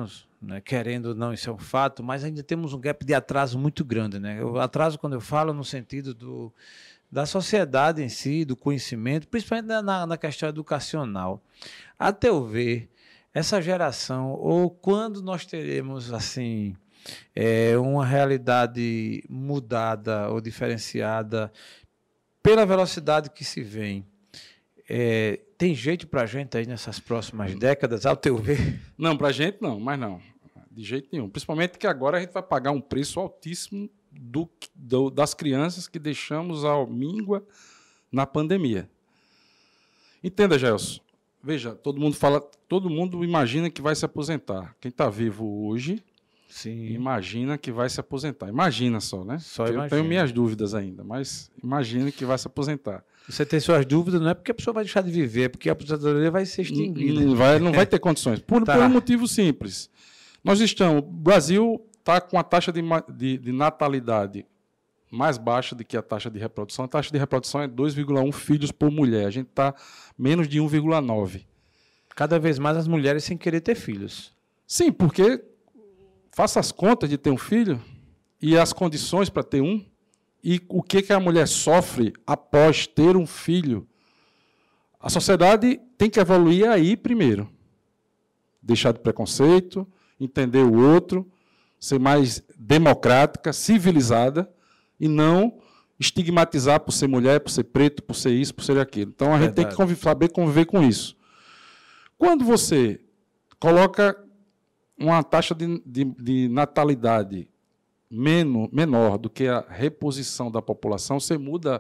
[SPEAKER 1] né? Querendo ou não, isso é um fato, mas ainda temos um gap de atraso muito grande, né? O atraso, quando eu falo, no sentido da sociedade em si, do conhecimento, principalmente na questão educacional. A teu ver, essa geração, ou quando nós teremos, assim, uma realidade mudada ou diferenciada pela velocidade que se vem, tem jeito para a gente aí nessas próximas décadas, ao teu ver?
[SPEAKER 2] Não, para a gente não, mas não. De jeito nenhum. Principalmente que agora a gente vai pagar um preço altíssimo das crianças que deixamos à míngua na pandemia. Entenda, Gelson. Veja, todo mundo imagina que vai se aposentar. Quem está vivo hoje, sim, imagina que vai se aposentar. Imagina só, né?
[SPEAKER 1] Só imagina.
[SPEAKER 2] Eu tenho minhas dúvidas ainda, mas imagina que vai se aposentar.
[SPEAKER 1] Você tem suas dúvidas, não é porque a pessoa vai deixar de viver, é porque a aposentadoria vai ser extinguida.
[SPEAKER 2] Não vai ter condições. Por um motivo simples. O Brasil está com a taxa de natalidade mais baixa do que a taxa de reprodução. A taxa de reprodução é 2,1 filhos por mulher. A gente está menos de 1,9.
[SPEAKER 1] Cada vez mais as mulheres sem querer ter filhos.
[SPEAKER 2] Sim, porque faça as contas de ter um filho e as condições para ter um, e o que a mulher sofre após ter um filho. A sociedade tem que evoluir aí primeiro. Deixar de preconceito, entender o outro, ser mais democrática, civilizada, e não estigmatizar por ser mulher, por ser preto, por ser isso, por ser aquilo. Então, a gente tem que saber conviver com isso. Quando você coloca uma taxa de natalidade menor do que a reposição da população, você muda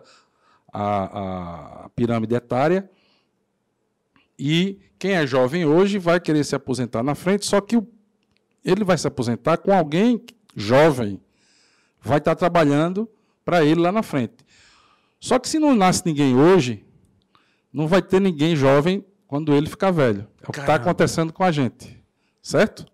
[SPEAKER 2] a pirâmide etária, e quem é jovem hoje vai querer se aposentar na frente, só que ele vai se aposentar com alguém jovem, vai estar trabalhando para ele lá na frente. Só que se não nasce ninguém hoje, não vai ter ninguém jovem quando ele ficar velho. É o que está acontecendo com a gente. Certo?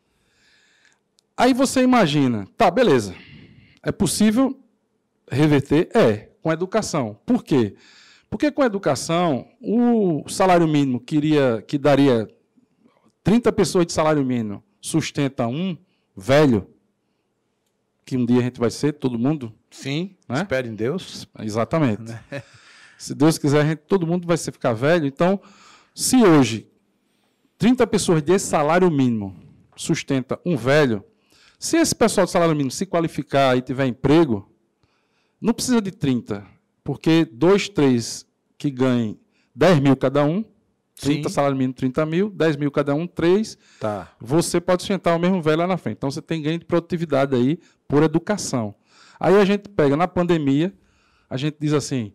[SPEAKER 2] Aí você imagina, tá, beleza. É possível reverter? Com educação. Por quê? Porque com a educação, o salário mínimo que daria 30 pessoas de salário mínimo, sustenta um velho, que um dia a gente vai ser, todo mundo.
[SPEAKER 1] Sim,
[SPEAKER 2] né?
[SPEAKER 1] Espere em Deus.
[SPEAKER 2] Exatamente. Se Deus quiser, todo mundo vai ficar velho. Então, se hoje 30 pessoas de salário mínimo sustenta um velho, se esse pessoal de salário mínimo se qualificar e tiver emprego, não precisa de 30, porque 2, 3 que ganhem 10 mil cada um, 30 salário mínimo, 30 mil, 10 mil cada um, 3.
[SPEAKER 1] Tá.
[SPEAKER 2] Você pode sustentar o mesmo velho lá na frente. Então, você tem ganho de produtividade aí por educação. Aí a gente pega na pandemia, a gente diz assim,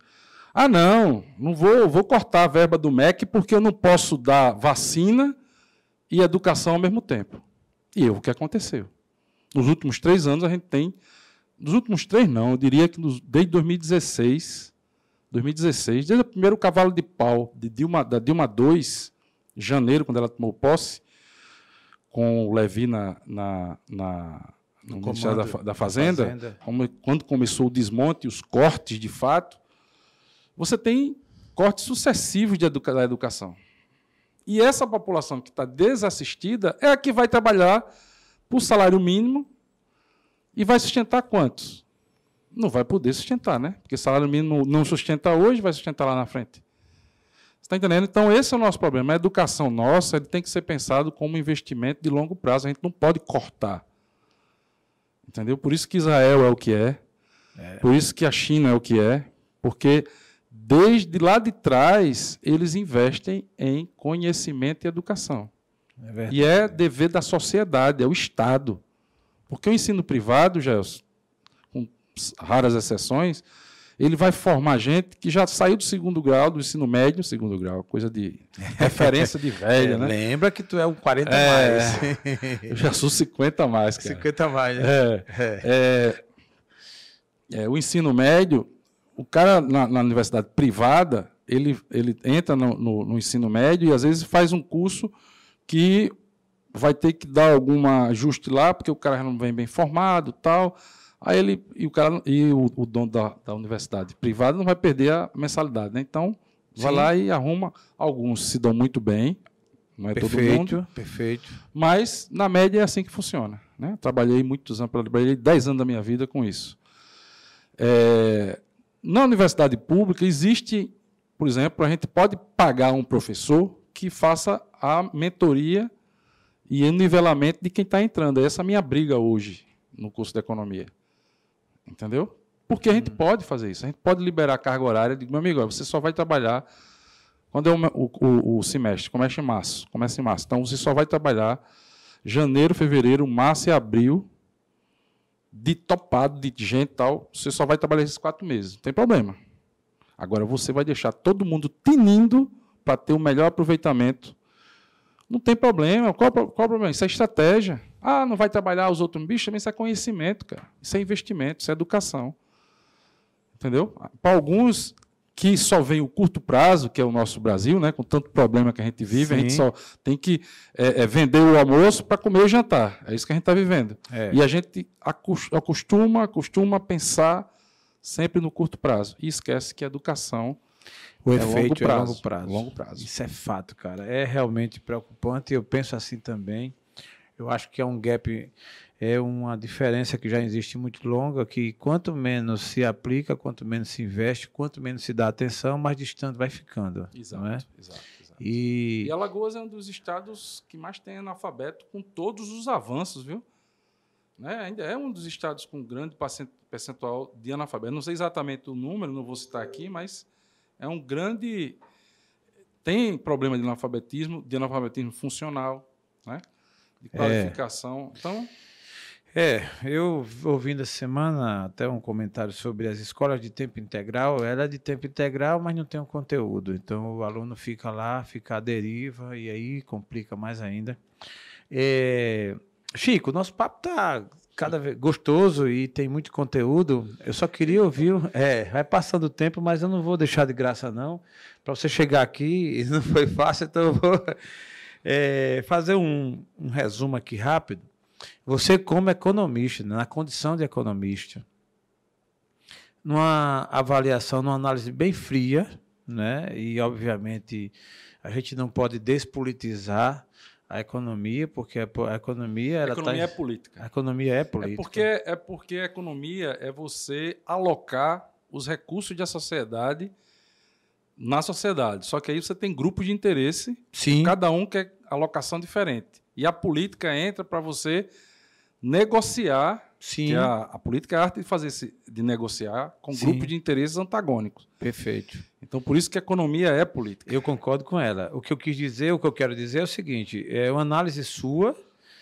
[SPEAKER 2] não vou cortar a verba do MEC porque eu não posso dar vacina e educação ao mesmo tempo. E o que aconteceu? Nos últimos 3 anos, a gente tem... Nos últimos 3, não, eu diria que desde 2016, desde o primeiro cavalo de pau da Dilma II, em janeiro, quando ela tomou posse, com o Levi no Ministério da Fazenda, quando começou o desmonte, os cortes de fato, você tem cortes sucessivos da educação. E essa população que está desassistida é a que vai trabalhar por salário mínimo e vai sustentar quantos? Não vai poder sustentar, né? Porque salário mínimo não sustenta hoje, vai sustentar lá na frente. Você está entendendo? Então, esse é o nosso problema. A educação nossa ele tem que ser pensado como um investimento de longo prazo. A gente não pode cortar. Entendeu? Por isso que Israel é o que é. Por isso que a China é o que é. Porque, desde lá de trás, eles investem em conhecimento e educação. E é dever da sociedade, é o Estado. Porque o ensino privado, Gelson, com raras exceções, ele vai formar gente que já saiu do segundo grau, do ensino médio, segundo grau, coisa de referência de velha, né?
[SPEAKER 1] Lembra que tu é um 40 mais.
[SPEAKER 2] Eu já sou 50 mais, cara.
[SPEAKER 1] 50 mais, né?
[SPEAKER 2] O ensino médio, o cara na universidade privada, ele entra no ensino médio e às vezes faz um curso que vai ter que dar algum ajuste lá, porque o cara não vem bem formado, tal. Aí o dono da universidade privada não vai perder a mensalidade, né? Então, vai lá e arruma. Alguns se dão muito bem, Não é todo mundo.
[SPEAKER 1] Perfeito.
[SPEAKER 2] Mas, na média, é assim que funciona. Né? Trabalhei muitos anos, trabalhei 10 anos da minha vida com isso. Na universidade pública, existe, por exemplo, a gente pode pagar um professor que faça a mentoria e o nivelamento de quem está entrando. Essa é a minha briga hoje no curso de economia. Entendeu? Porque a gente pode fazer isso. A gente pode liberar a carga horária. Digo, meu amigo, você só vai trabalhar quando é o semestre. Começa em março. Então, você só vai trabalhar janeiro, fevereiro, março e abril, de topado, de gente e tal. Você só vai trabalhar esses 4 meses. Não tem problema. Agora, você vai deixar todo mundo tinindo para ter o melhor aproveitamento. Não tem problema. Qual o problema? Isso é estratégia. Ah, não vai trabalhar os outros bichos? Também isso é conhecimento, cara. Isso é investimento, isso é educação. Entendeu? Para alguns que só vem o curto prazo, que é o nosso Brasil, né, com tanto problema que a gente vive, Sim. A gente só tem que vender o almoço para comer o jantar. É isso que a gente está vivendo. E a gente costuma pensar sempre no curto prazo. E esquece que a educação
[SPEAKER 1] o efeito
[SPEAKER 2] é
[SPEAKER 1] longo prazo. Isso é fato, cara. É realmente preocupante. Eu penso assim também. Eu acho que é um gap, é uma diferença que já existe muito longa, que quanto menos se aplica, quanto menos se investe, quanto menos se dá atenção, mais distante vai ficando.
[SPEAKER 2] Exato,
[SPEAKER 1] não é?
[SPEAKER 2] Exato.
[SPEAKER 1] E
[SPEAKER 2] Alagoas é um dos estados que mais tem analfabeto com todos os avanços, viu? Né? Ainda é um dos estados com grande percentual de analfabeto. Não sei exatamente o número, não vou citar aqui, mas é um grande... Tem problema de analfabetismo funcional, né? De qualificação. Então...
[SPEAKER 1] eu ouvindo essa semana até um comentário sobre as escolas de tempo integral. Ela é de tempo integral, mas não tem um conteúdo. Então, o aluno fica lá, fica à deriva, e aí complica mais ainda. Chico, nosso papo está cada vez gostoso e tem muito conteúdo. Eu só queria ouvir... vai passando o tempo, mas eu não vou deixar de graça, não. Para você chegar aqui, não foi fácil, então eu vou... fazer um resumo aqui rápido. Você, como economista, na condição de economista, numa avaliação, numa análise bem fria, né? E, obviamente, a gente não pode despolitizar a economia, porque a economia...
[SPEAKER 2] A economia é política.
[SPEAKER 1] A economia é política.
[SPEAKER 2] É porque a economia é você alocar os recursos da sociedade na sociedade. Só que aí você tem grupos de interesse,
[SPEAKER 1] Sim.
[SPEAKER 2] Cada um quer alocação diferente. E a política entra para você negociar.
[SPEAKER 1] Sim.
[SPEAKER 2] Que a política é a arte de negociar com
[SPEAKER 1] Sim.
[SPEAKER 2] grupos de interesses antagônicos.
[SPEAKER 1] Perfeito.
[SPEAKER 2] Então, por isso que a economia é política.
[SPEAKER 1] Eu concordo com ela. O que eu quero dizer é o seguinte, é uma análise sua,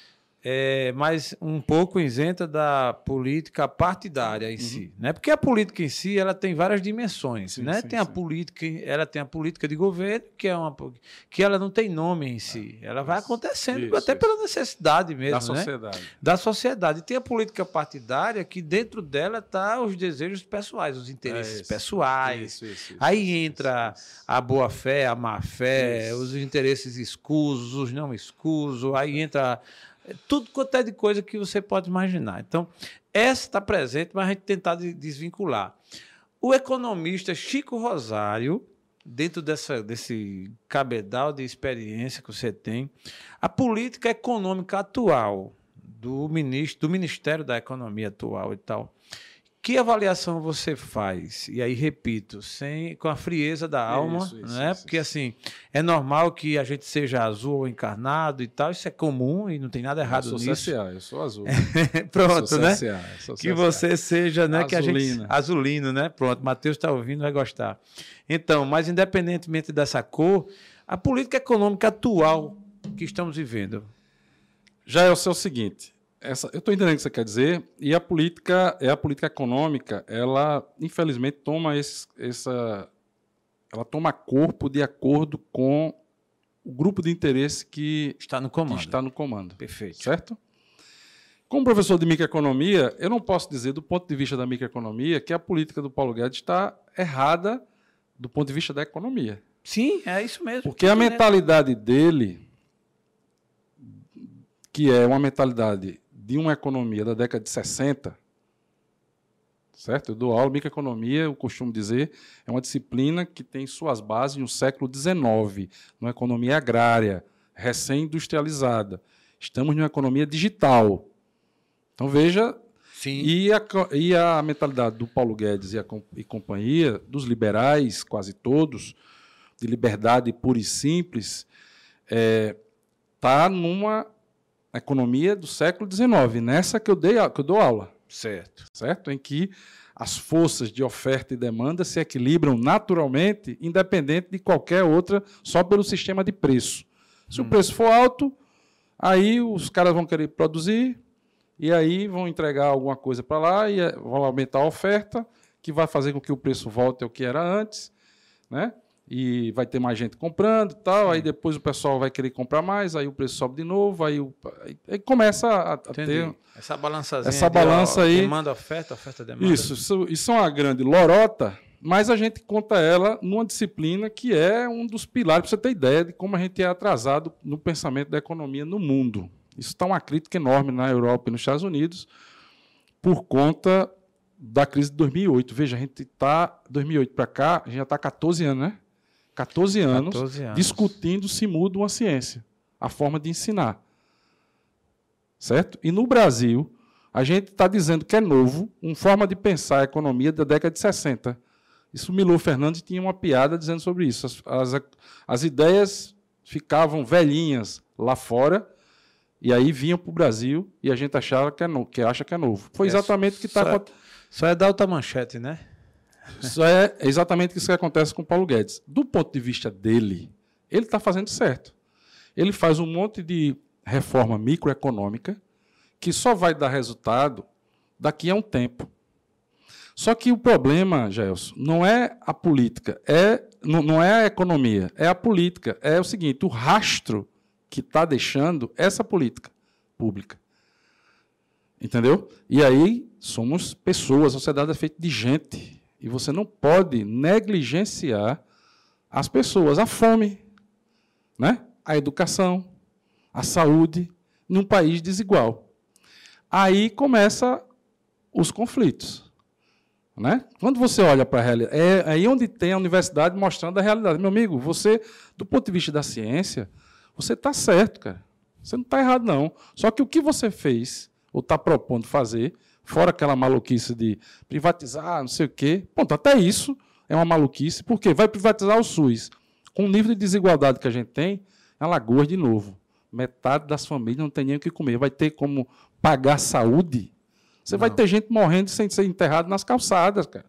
[SPEAKER 1] mas um pouco isenta da política partidária em si, né? Porque a política em si, ela tem várias dimensões,
[SPEAKER 2] sim,
[SPEAKER 1] né?
[SPEAKER 2] Sim,
[SPEAKER 1] tem a política, ela tem a política de governo, que ela não tem nome em si, ela vai acontecendo até pela necessidade mesmo,
[SPEAKER 2] da sociedade.
[SPEAKER 1] Né? Da sociedade. E tem a política partidária, que dentro dela tá os desejos pessoais, os interesses pessoais. Aí entra a boa-fé, a má-fé, os interesses escusos, os não escusos, aí entra... tudo quanto é de coisa que você pode imaginar. Então, essa está presente, mas a gente tentar desvincular. O economista Chico Rosário, dentro desse cabedal de experiência que você tem, a política econômica atual do Ministério da Economia atual e tal, que avaliação você faz? E aí, repito, com a frieza da alma, né? Porque, assim, é normal que a gente seja azul ou encarnado e tal, isso é comum e não tem nada errado nisso.
[SPEAKER 2] Eu sou azul.
[SPEAKER 1] Pronto,
[SPEAKER 2] sou
[SPEAKER 1] né?
[SPEAKER 2] que
[SPEAKER 1] você seja, né?
[SPEAKER 2] Azulino.
[SPEAKER 1] Azulino, né? Pronto, Matheus está ouvindo, vai gostar. Então, mas independentemente dessa cor, a política econômica atual que estamos vivendo...
[SPEAKER 2] Já é o seguinte... eu estou entendendo o que você quer dizer, e a política econômica, ela, infelizmente, ela toma corpo de acordo com o grupo de interesse que
[SPEAKER 1] está no comando.
[SPEAKER 2] Perfeito. Certo? Como professor de microeconomia, eu não posso dizer, do ponto de vista da microeconomia, que a política do Paulo Guedes está errada do ponto de vista da economia.
[SPEAKER 1] Sim, é isso mesmo.
[SPEAKER 2] Porque a mentalidade dele, que é uma mentalidade de uma economia da década de 60, certo? Eu dou aula, microeconomia, eu costumo dizer, é uma disciplina que tem suas bases no século XIX, numa economia agrária, recém-industrializada. Estamos numa economia digital. Então, veja...
[SPEAKER 1] Sim.
[SPEAKER 2] E a mentalidade do Paulo Guedes e companhia, dos liberais, quase todos, de liberdade pura e simples, está numa economia do século XIX, nessa que eu dou aula. Certo? Em que as forças de oferta e demanda se equilibram naturalmente, independente de qualquer outra, só pelo sistema de preço. Se o preço for alto, aí os caras vão querer produzir, e aí vão entregar alguma coisa para lá e vão aumentar a oferta, que vai fazer com que o preço volte ao que era antes, né? E vai ter mais gente comprando e tal,
[SPEAKER 1] Sim.
[SPEAKER 2] Aí depois o pessoal vai querer comprar mais, aí o preço sobe de novo, aí começa a ter...
[SPEAKER 1] Essa balançazinha.
[SPEAKER 2] Essa balança aí...
[SPEAKER 1] Demanda, oferta, demanda.
[SPEAKER 2] Isso é uma grande lorota, mas a gente conta ela numa disciplina que é um dos pilares, para você ter ideia de como a gente é atrasado no pensamento da economia no mundo. Isso está uma crítica enorme na Europa e nos Estados Unidos por conta da crise de 2008. Veja, a gente está, 2008 para cá, a gente já está há 14 anos, né? 14 anos discutindo se muda uma ciência, a forma de ensinar. Certo? E no Brasil, a gente está dizendo que é novo, uma forma de pensar a economia da década de 60. Isso, Milor Fernandes tinha uma piada dizendo sobre isso. As ideias ficavam velhinhas lá fora, e aí vinham para o Brasil e a gente achava que acha que é novo. Foi exatamente o que está acontecendo.
[SPEAKER 1] Só é dar outra manchete, né?
[SPEAKER 2] Isso é exatamente isso que acontece com o Paulo Guedes. Do ponto de vista dele, ele está fazendo certo. Ele faz um monte de reforma microeconômica que só vai dar resultado daqui a um tempo. Só que o problema, Gelson, não é a política, não é a economia, é a política. É o seguinte, o rastro que está deixando essa política pública. Entendeu? E aí somos pessoas, a sociedade é feita de gente. E você não pode negligenciar as pessoas. A fome, né? A educação, a saúde, num país desigual. Aí começam os conflitos. Né? Quando você olha para a realidade, é aí onde tem a universidade mostrando a realidade. Meu amigo, você, do ponto de vista da ciência, você está certo, cara. Você não está errado, não. Só que o que você fez, ou está propondo fazer, fora aquela maluquice de privatizar, não sei o quê, ponto, até isso é uma maluquice, porque vai privatizar o SUS. Com o nível de desigualdade que a gente tem, Alagoas, de novo. Metade das famílias não tem nem o que comer. Vai ter como pagar saúde? Você vai ter gente morrendo sem ser enterrado nas calçadas, cara.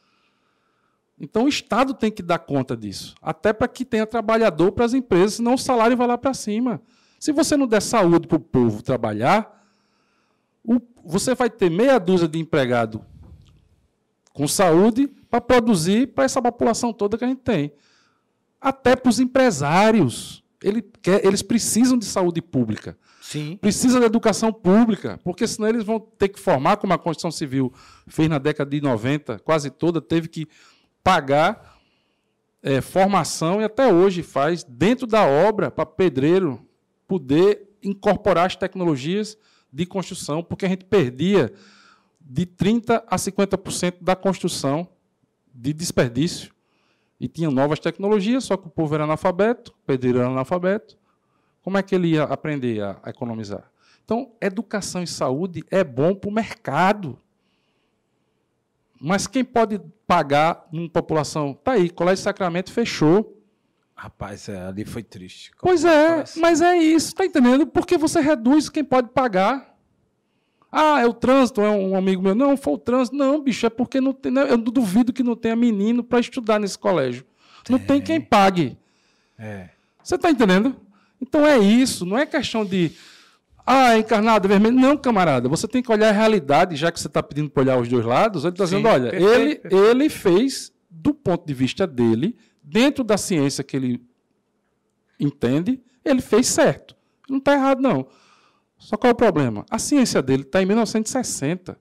[SPEAKER 2] Então, o Estado tem que dar conta disso. Até para que tenha trabalhador para as empresas, senão o salário vai lá para cima. Se você não der saúde para o povo trabalhar, você vai ter meia dúzia de empregado com saúde para produzir para essa população toda que a gente tem. Até para os empresários. Eles precisam de saúde pública.
[SPEAKER 1] Sim.
[SPEAKER 2] Precisa da educação pública, porque senão eles vão ter que formar, como a Constituição Civil fez na década de 90, quase toda, teve que pagar formação, e até hoje faz, dentro da obra, para pedreiro poder incorporar as tecnologias de construção, porque a gente perdia de 30% a 50% da construção de desperdício. E tinha novas tecnologias, só que o povo era analfabeto, o pedreiro era analfabeto. Como é que ele ia aprender a economizar? Então, educação e saúde é bom para o mercado. Mas quem pode pagar numa população? Está aí, Colégio Sacramento fechou.
[SPEAKER 1] Rapaz, ali foi triste.
[SPEAKER 2] Pois é, mas é isso, está entendendo? Porque você reduz quem pode pagar. Ah, é o trânsito, é um amigo meu. Não, foi o trânsito. Não, bicho, é porque não tem, eu duvido que não tenha menino para estudar nesse colégio. Não tem quem pague. Você está entendendo? Então é isso, não é questão de encarnado, vermelho. Não, camarada, você tem que olhar a realidade, já que você está pedindo para olhar os dois lados. Ele está dizendo, olha, ele fez, do ponto de vista dele, dentro da ciência que ele entende, ele fez certo. Não está errado, não. Só qual é o problema? A ciência dele está em 1960.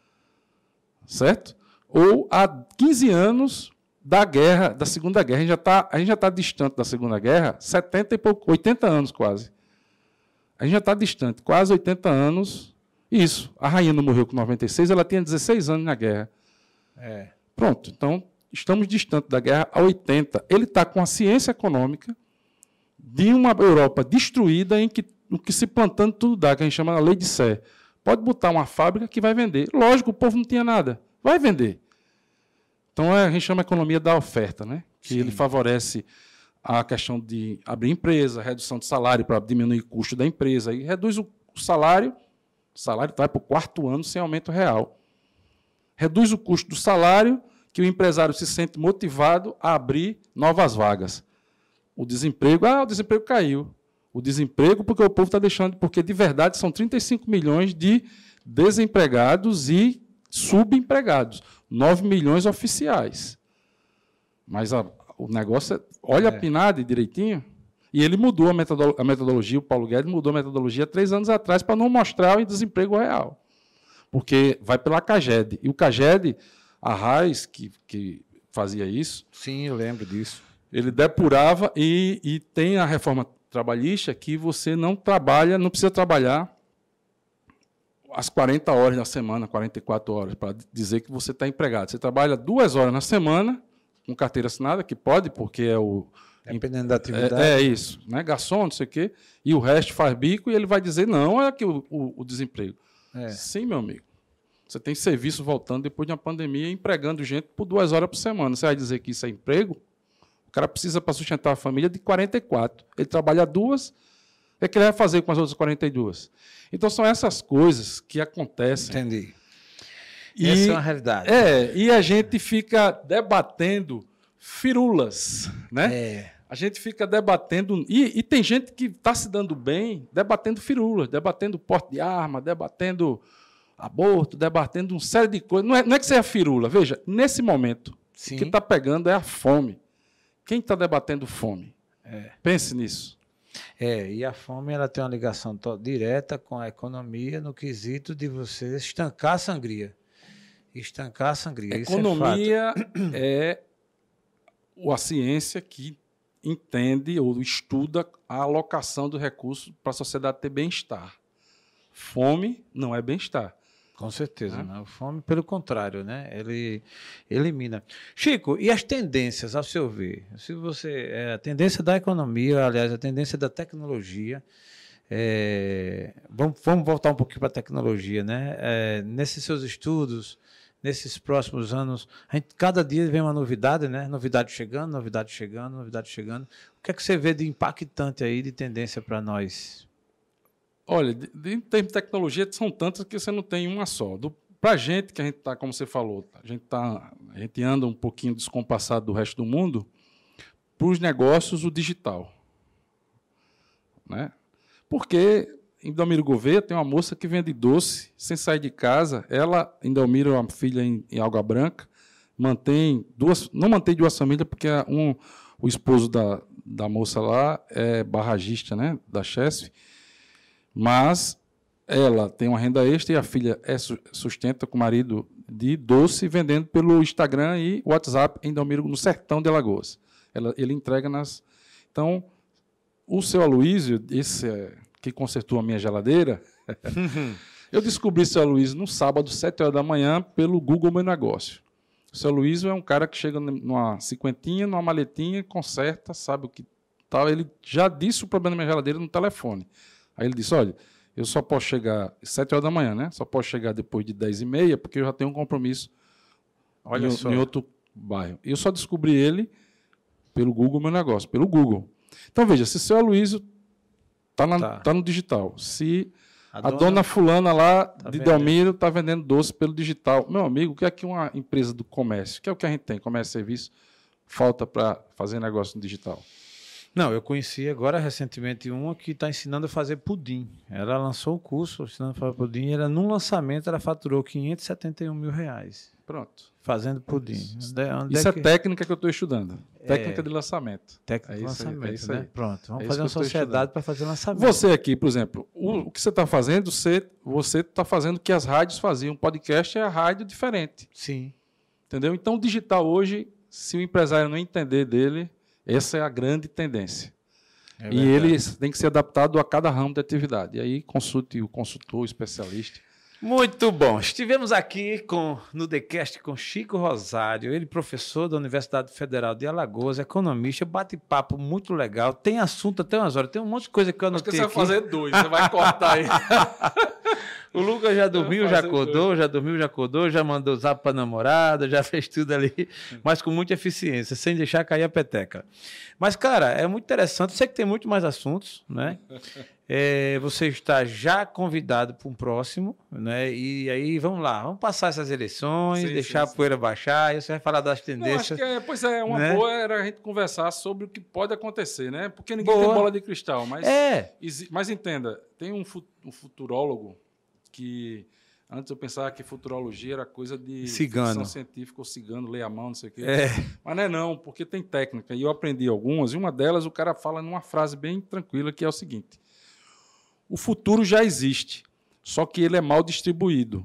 [SPEAKER 2] Certo? Ou há 15 anos da guerra, da Segunda Guerra. A gente já está distante da Segunda Guerra, 80 anos quase. A gente já está distante, quase 80 anos. Isso, a rainha não morreu com 96, ela tinha 16 anos na guerra. Pronto, então estamos distantes da guerra há 80. Ele está com a ciência econômica de uma Europa destruída em que o que se plantando tudo dá, que a gente chama de lei de Sé. Pode botar uma fábrica que vai vender. Lógico, o povo não tinha nada. Vai vender. Então, a gente chama a economia da oferta, né? Que
[SPEAKER 1] Sim.
[SPEAKER 2] ele favorece a questão de abrir empresa, redução de salário para diminuir o custo da empresa. E reduz o salário vai para o 4º ano sem aumento real. Reduz o custo do salário, que o empresário se sente motivado a abrir novas vagas. O desemprego caiu. O desemprego porque o povo está deixando, porque de verdade são 35 milhões de desempregados e subempregados, 9 milhões oficiais. Mas o negócio é, olha a PNAD direitinho, e ele mudou a metodologia, o Paulo Guedes mudou a metodologia 3 anos atrás para não mostrar o desemprego real. Porque vai pela CAGED. E o CAGED, a Raiz, que fazia isso...
[SPEAKER 1] Sim, eu lembro disso.
[SPEAKER 2] Ele depurava e tem a reforma trabalhista que você não precisa trabalhar as 40 horas na semana, 44 horas, para dizer que você está empregado. Você trabalha 2 horas na semana, com carteira assinada, que pode, porque é o...
[SPEAKER 1] Dependendo da atividade.
[SPEAKER 2] É isso, né? Garçom, não sei o quê, e o resto faz bico, e ele vai dizer, não, é aqui o desemprego. Sim, meu amigo. Você tem serviço voltando depois de uma pandemia, empregando gente por 2 horas por semana. Você vai dizer que isso é emprego? O cara precisa, para sustentar a família, de 44. Ele trabalha 2, o que ele vai fazer com as outras 42? Então, são essas coisas que acontecem.
[SPEAKER 1] Entendi. Essa é uma realidade.
[SPEAKER 2] E a gente fica debatendo firulas, né? A gente fica debatendo... E tem gente que está se dando bem debatendo firulas, debatendo porte de arma, debatendo aborto, debatendo uma série de coisas. Não é que seja firula. Veja, nesse momento,
[SPEAKER 1] Sim.
[SPEAKER 2] o que está pegando é a fome. Quem está debatendo fome? Pense nisso.
[SPEAKER 1] E a fome ela tem uma ligação direta com a economia no quesito de você estancar a sangria. Estancar a sangria.
[SPEAKER 2] Economia é a ciência que entende ou estuda a alocação do recurso para a sociedade ter bem-estar. Fome não é bem-estar.
[SPEAKER 1] Com certeza, né? Fome, pelo contrário, né? Ele elimina. Chico, e as tendências, ao seu ver? Se você, a tendência da economia, aliás, a tendência da tecnologia, vamos voltar um pouquinho para a tecnologia, né? Nesses seus estudos, nesses próximos anos, cada dia vem uma novidade, né? Novidade chegando, novidade chegando, novidade chegando. O que é que você vê de impactante aí, de tendência para nós?
[SPEAKER 2] Olha, em termos de tecnologia, são tantas que você não tem uma só. Para a gente, que a gente está, como você falou, a gente anda um pouquinho descompassado do resto do mundo, para os negócios, o digital. Né? Porque em Delmiro Gouveia tem uma moça que vende doce sem sair de casa. Ela, em Delmiro, é uma filha em Água Branca, não mantém 2 famílias, porque o esposo da moça lá é barragista, né, da Chesf. Mas ela tem uma renda extra e a filha sustenta com o marido de doce, vendendo pelo Instagram e WhatsApp em Delmiro, no sertão de Alagoas. Ele entrega nas... Então, o seu Aloysio, esse que consertou a minha geladeira, eu descobri o seu Aloysio no sábado, 7 horas da manhã, pelo Google Meu Negócio. O seu Aloysio é um cara que chega numa cinquentinha, numa maletinha, conserta, sabe o que tal. Ele já disse o problema da minha geladeira no telefone. Aí ele disse, olha, eu só posso chegar 7 horas da manhã, né? Só posso chegar depois de 10h30, porque eu já tenho um compromisso em outro bairro. E eu só descobri ele pelo Google Meu Negócio, pelo Google. Então, veja, se o seu Aloysio está no digital, se a dona fulana lá de Delmiro está vendendo doce pelo digital, meu amigo, o que é que uma empresa do comércio, que é o que a gente tem, comércio e serviço, falta para fazer negócio no digital?
[SPEAKER 1] Não, eu conheci agora recentemente uma que está ensinando a fazer pudim. Ela lançou o curso ensinando a fazer pudim. Num lançamento, ela faturou R$571 mil.
[SPEAKER 2] Pronto.
[SPEAKER 1] Fazendo pudim.
[SPEAKER 2] Isso é técnica que eu estou estudando. Técnica de lançamento.
[SPEAKER 1] Técnica de lançamento,
[SPEAKER 2] isso
[SPEAKER 1] né?
[SPEAKER 2] aí.
[SPEAKER 1] Pronto. Vamos fazer uma sociedade para fazer lançamento.
[SPEAKER 2] Você aqui, por exemplo, o que você está fazendo, você está fazendo o que as rádios faziam. O podcast é a rádio diferente.
[SPEAKER 1] Sim.
[SPEAKER 2] Entendeu? Então, o digital hoje, se o empresário não entender dele, essa é a grande tendência. E ele tem que ser adaptado a cada ramo de atividade. E aí consulte o consultor, o especialista.
[SPEAKER 1] Muito bom. Estivemos aqui no TheCast com Chico Rosário, ele professor da Universidade Federal de Alagoas, economista, bate-papo muito legal, tem assunto até umas horas, tem um monte de coisa que eu anotei aqui.
[SPEAKER 2] Acho que você vai fazer 2, você vai cortar aí.
[SPEAKER 1] O Lucas já dormiu, já acordou, já mandou zap para namorada, já fez tudo ali, mas com muita eficiência, sem deixar cair a peteca. Mas, cara, é muito interessante, sei que tem muito mais assuntos, né? Você está já convidado para um próximo, né? E aí, vamos lá, vamos passar essas eleições, deixar a poeira baixar, aí você vai falar das tendências.
[SPEAKER 2] Não, acho que uma boa era a gente conversar sobre o que pode acontecer, né? Porque ninguém tem bola de cristal, mas entenda, tem um futurólogo que antes eu pensava que futurologia era coisa de ficção científica ou cigano, lê a mão, não sei o quê. Mas não é porque tem técnica. E eu aprendi algumas, e uma delas o cara fala numa frase bem tranquila, que é o seguinte: o futuro já existe, só que ele é mal distribuído.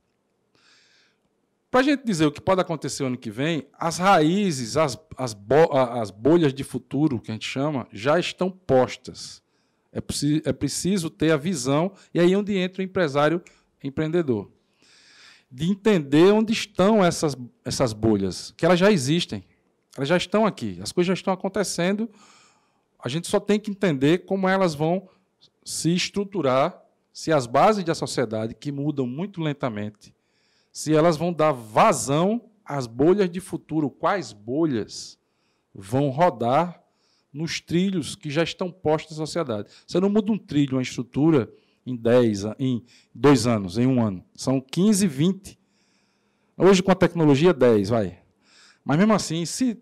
[SPEAKER 2] Para a gente dizer o que pode acontecer ano que vem, as raízes, as bolhas de futuro, que a gente chama, já estão postas. É preciso ter a visão, e aí é onde entra o empresário empreendedor, de entender onde estão essas bolhas, que elas já existem, elas já estão aqui, as coisas já estão acontecendo, a gente só tem que entender como elas vão se estruturar, se as bases da sociedade, que mudam muito lentamente, se elas vão dar vazão às bolhas de futuro, quais bolhas vão rodar nos trilhos que já estão postos na sociedade. Você não muda um trilho, uma estrutura, em 2 anos, em 1 ano. São 15, 20. Hoje, com a tecnologia, 10, vai. Mas, mesmo assim, se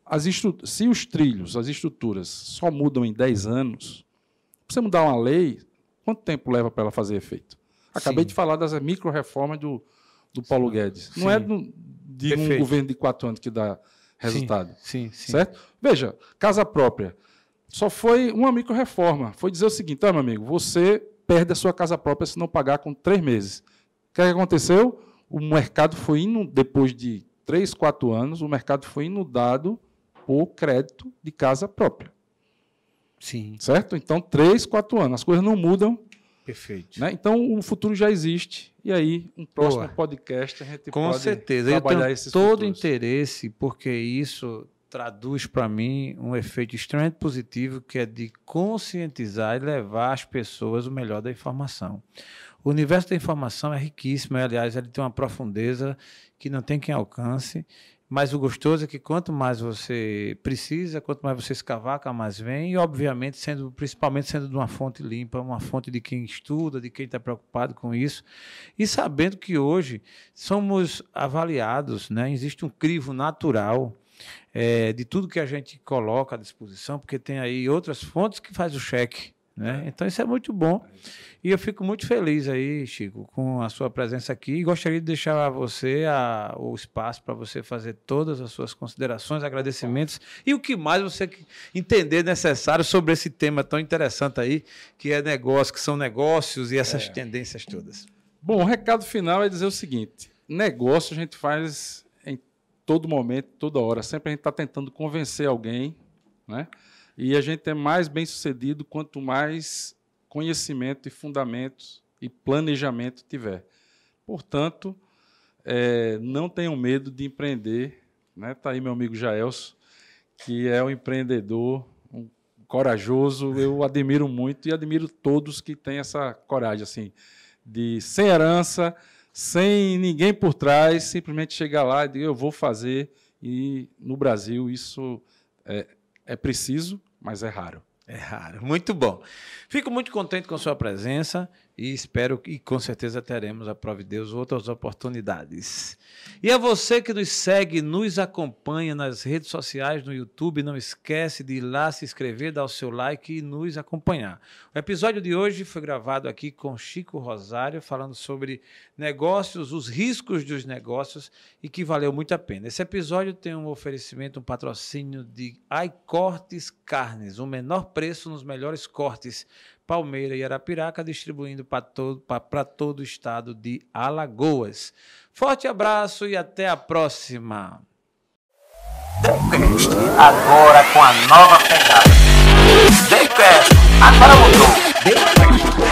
[SPEAKER 2] os trilhos, as estruturas, só mudam em 10 anos, para você mudar uma lei, quanto tempo leva para ela fazer efeito? Acabei de falar das micro-reformas do Paulo Guedes. Não é de um governo de 4 anos que dá resultado. Sim. Certo? Veja, casa própria. Só foi uma micro-reforma. Foi dizer o seguinte: meu amigo, você perde a sua casa própria se não pagar com 3 meses. O que aconteceu? O mercado foi depois de 3, 4 anos, o mercado foi inundado por crédito de casa própria.
[SPEAKER 1] Sim.
[SPEAKER 2] Certo? Então, 3, 4 anos. As coisas não mudam.
[SPEAKER 1] Perfeito.
[SPEAKER 2] Né? Então, o futuro já existe. E aí, um próximo podcast, a gente pode
[SPEAKER 1] certeza.
[SPEAKER 2] trabalhar
[SPEAKER 1] esses futuros. Todo interesse, porque isso traduz para mim um efeito extremamente positivo, que é de conscientizar e levar às pessoas o melhor da informação. O universo da informação é riquíssimo, aliás, ele tem uma profundeza que não tem quem alcance, mas o gostoso é que quanto mais você precisa, quanto mais você escavaca, mais vem, e obviamente principalmente sendo de uma fonte limpa, uma fonte de quem estuda, de quem está preocupado com isso, e sabendo que hoje somos avaliados, né? Existe um crivo natural de tudo que a gente coloca à disposição, porque tem aí outras fontes que faz o cheque, né? Então isso é muito bom, e eu fico muito feliz aí, Chico, com a sua presença aqui, e gostaria de deixar a você o espaço para você fazer todas as suas considerações, agradecimentos e o que mais você entender necessário sobre esse tema tão interessante aí, que é negócio, que são negócios e essas tendências todas.
[SPEAKER 2] Bom, o recado final é dizer o seguinte: negócio a gente faz todo momento, toda hora. Sempre a gente está tentando convencer alguém, né? E a gente é mais bem-sucedido quanto mais conhecimento e fundamentos e planejamento tiver. Portanto, não tenham medo de empreender. Está aí meu amigo Jaelso, que é um empreendedor, um corajoso. Eu admiro muito e admiro todos que têm essa coragem, assim, de sem herança, sem ninguém por trás, simplesmente chegar lá e dizer, eu vou fazer. E no Brasil isso é preciso, mas é raro.
[SPEAKER 1] É raro. Muito bom. Fico muito contente com a sua presença e espero que, com certeza, teremos, a prova de Deus, outras oportunidades. E a você que nos segue, nos acompanha nas redes sociais, no YouTube, não esquece de ir lá se inscrever, dar o seu like e nos acompanhar. O episódio de hoje foi gravado aqui com Chico Rosário, falando sobre negócios, os riscos dos negócios, e que valeu muito a pena. Esse episódio tem um oferecimento, um patrocínio de iCortes Carnes, o menor preço nos melhores cortes, Palmeira e Arapiraca, distribuindo para todo o estado de Alagoas. Forte abraço e até a próxima.
[SPEAKER 3] TheCast, agora com a nova pegada. TheCast, agora mudou.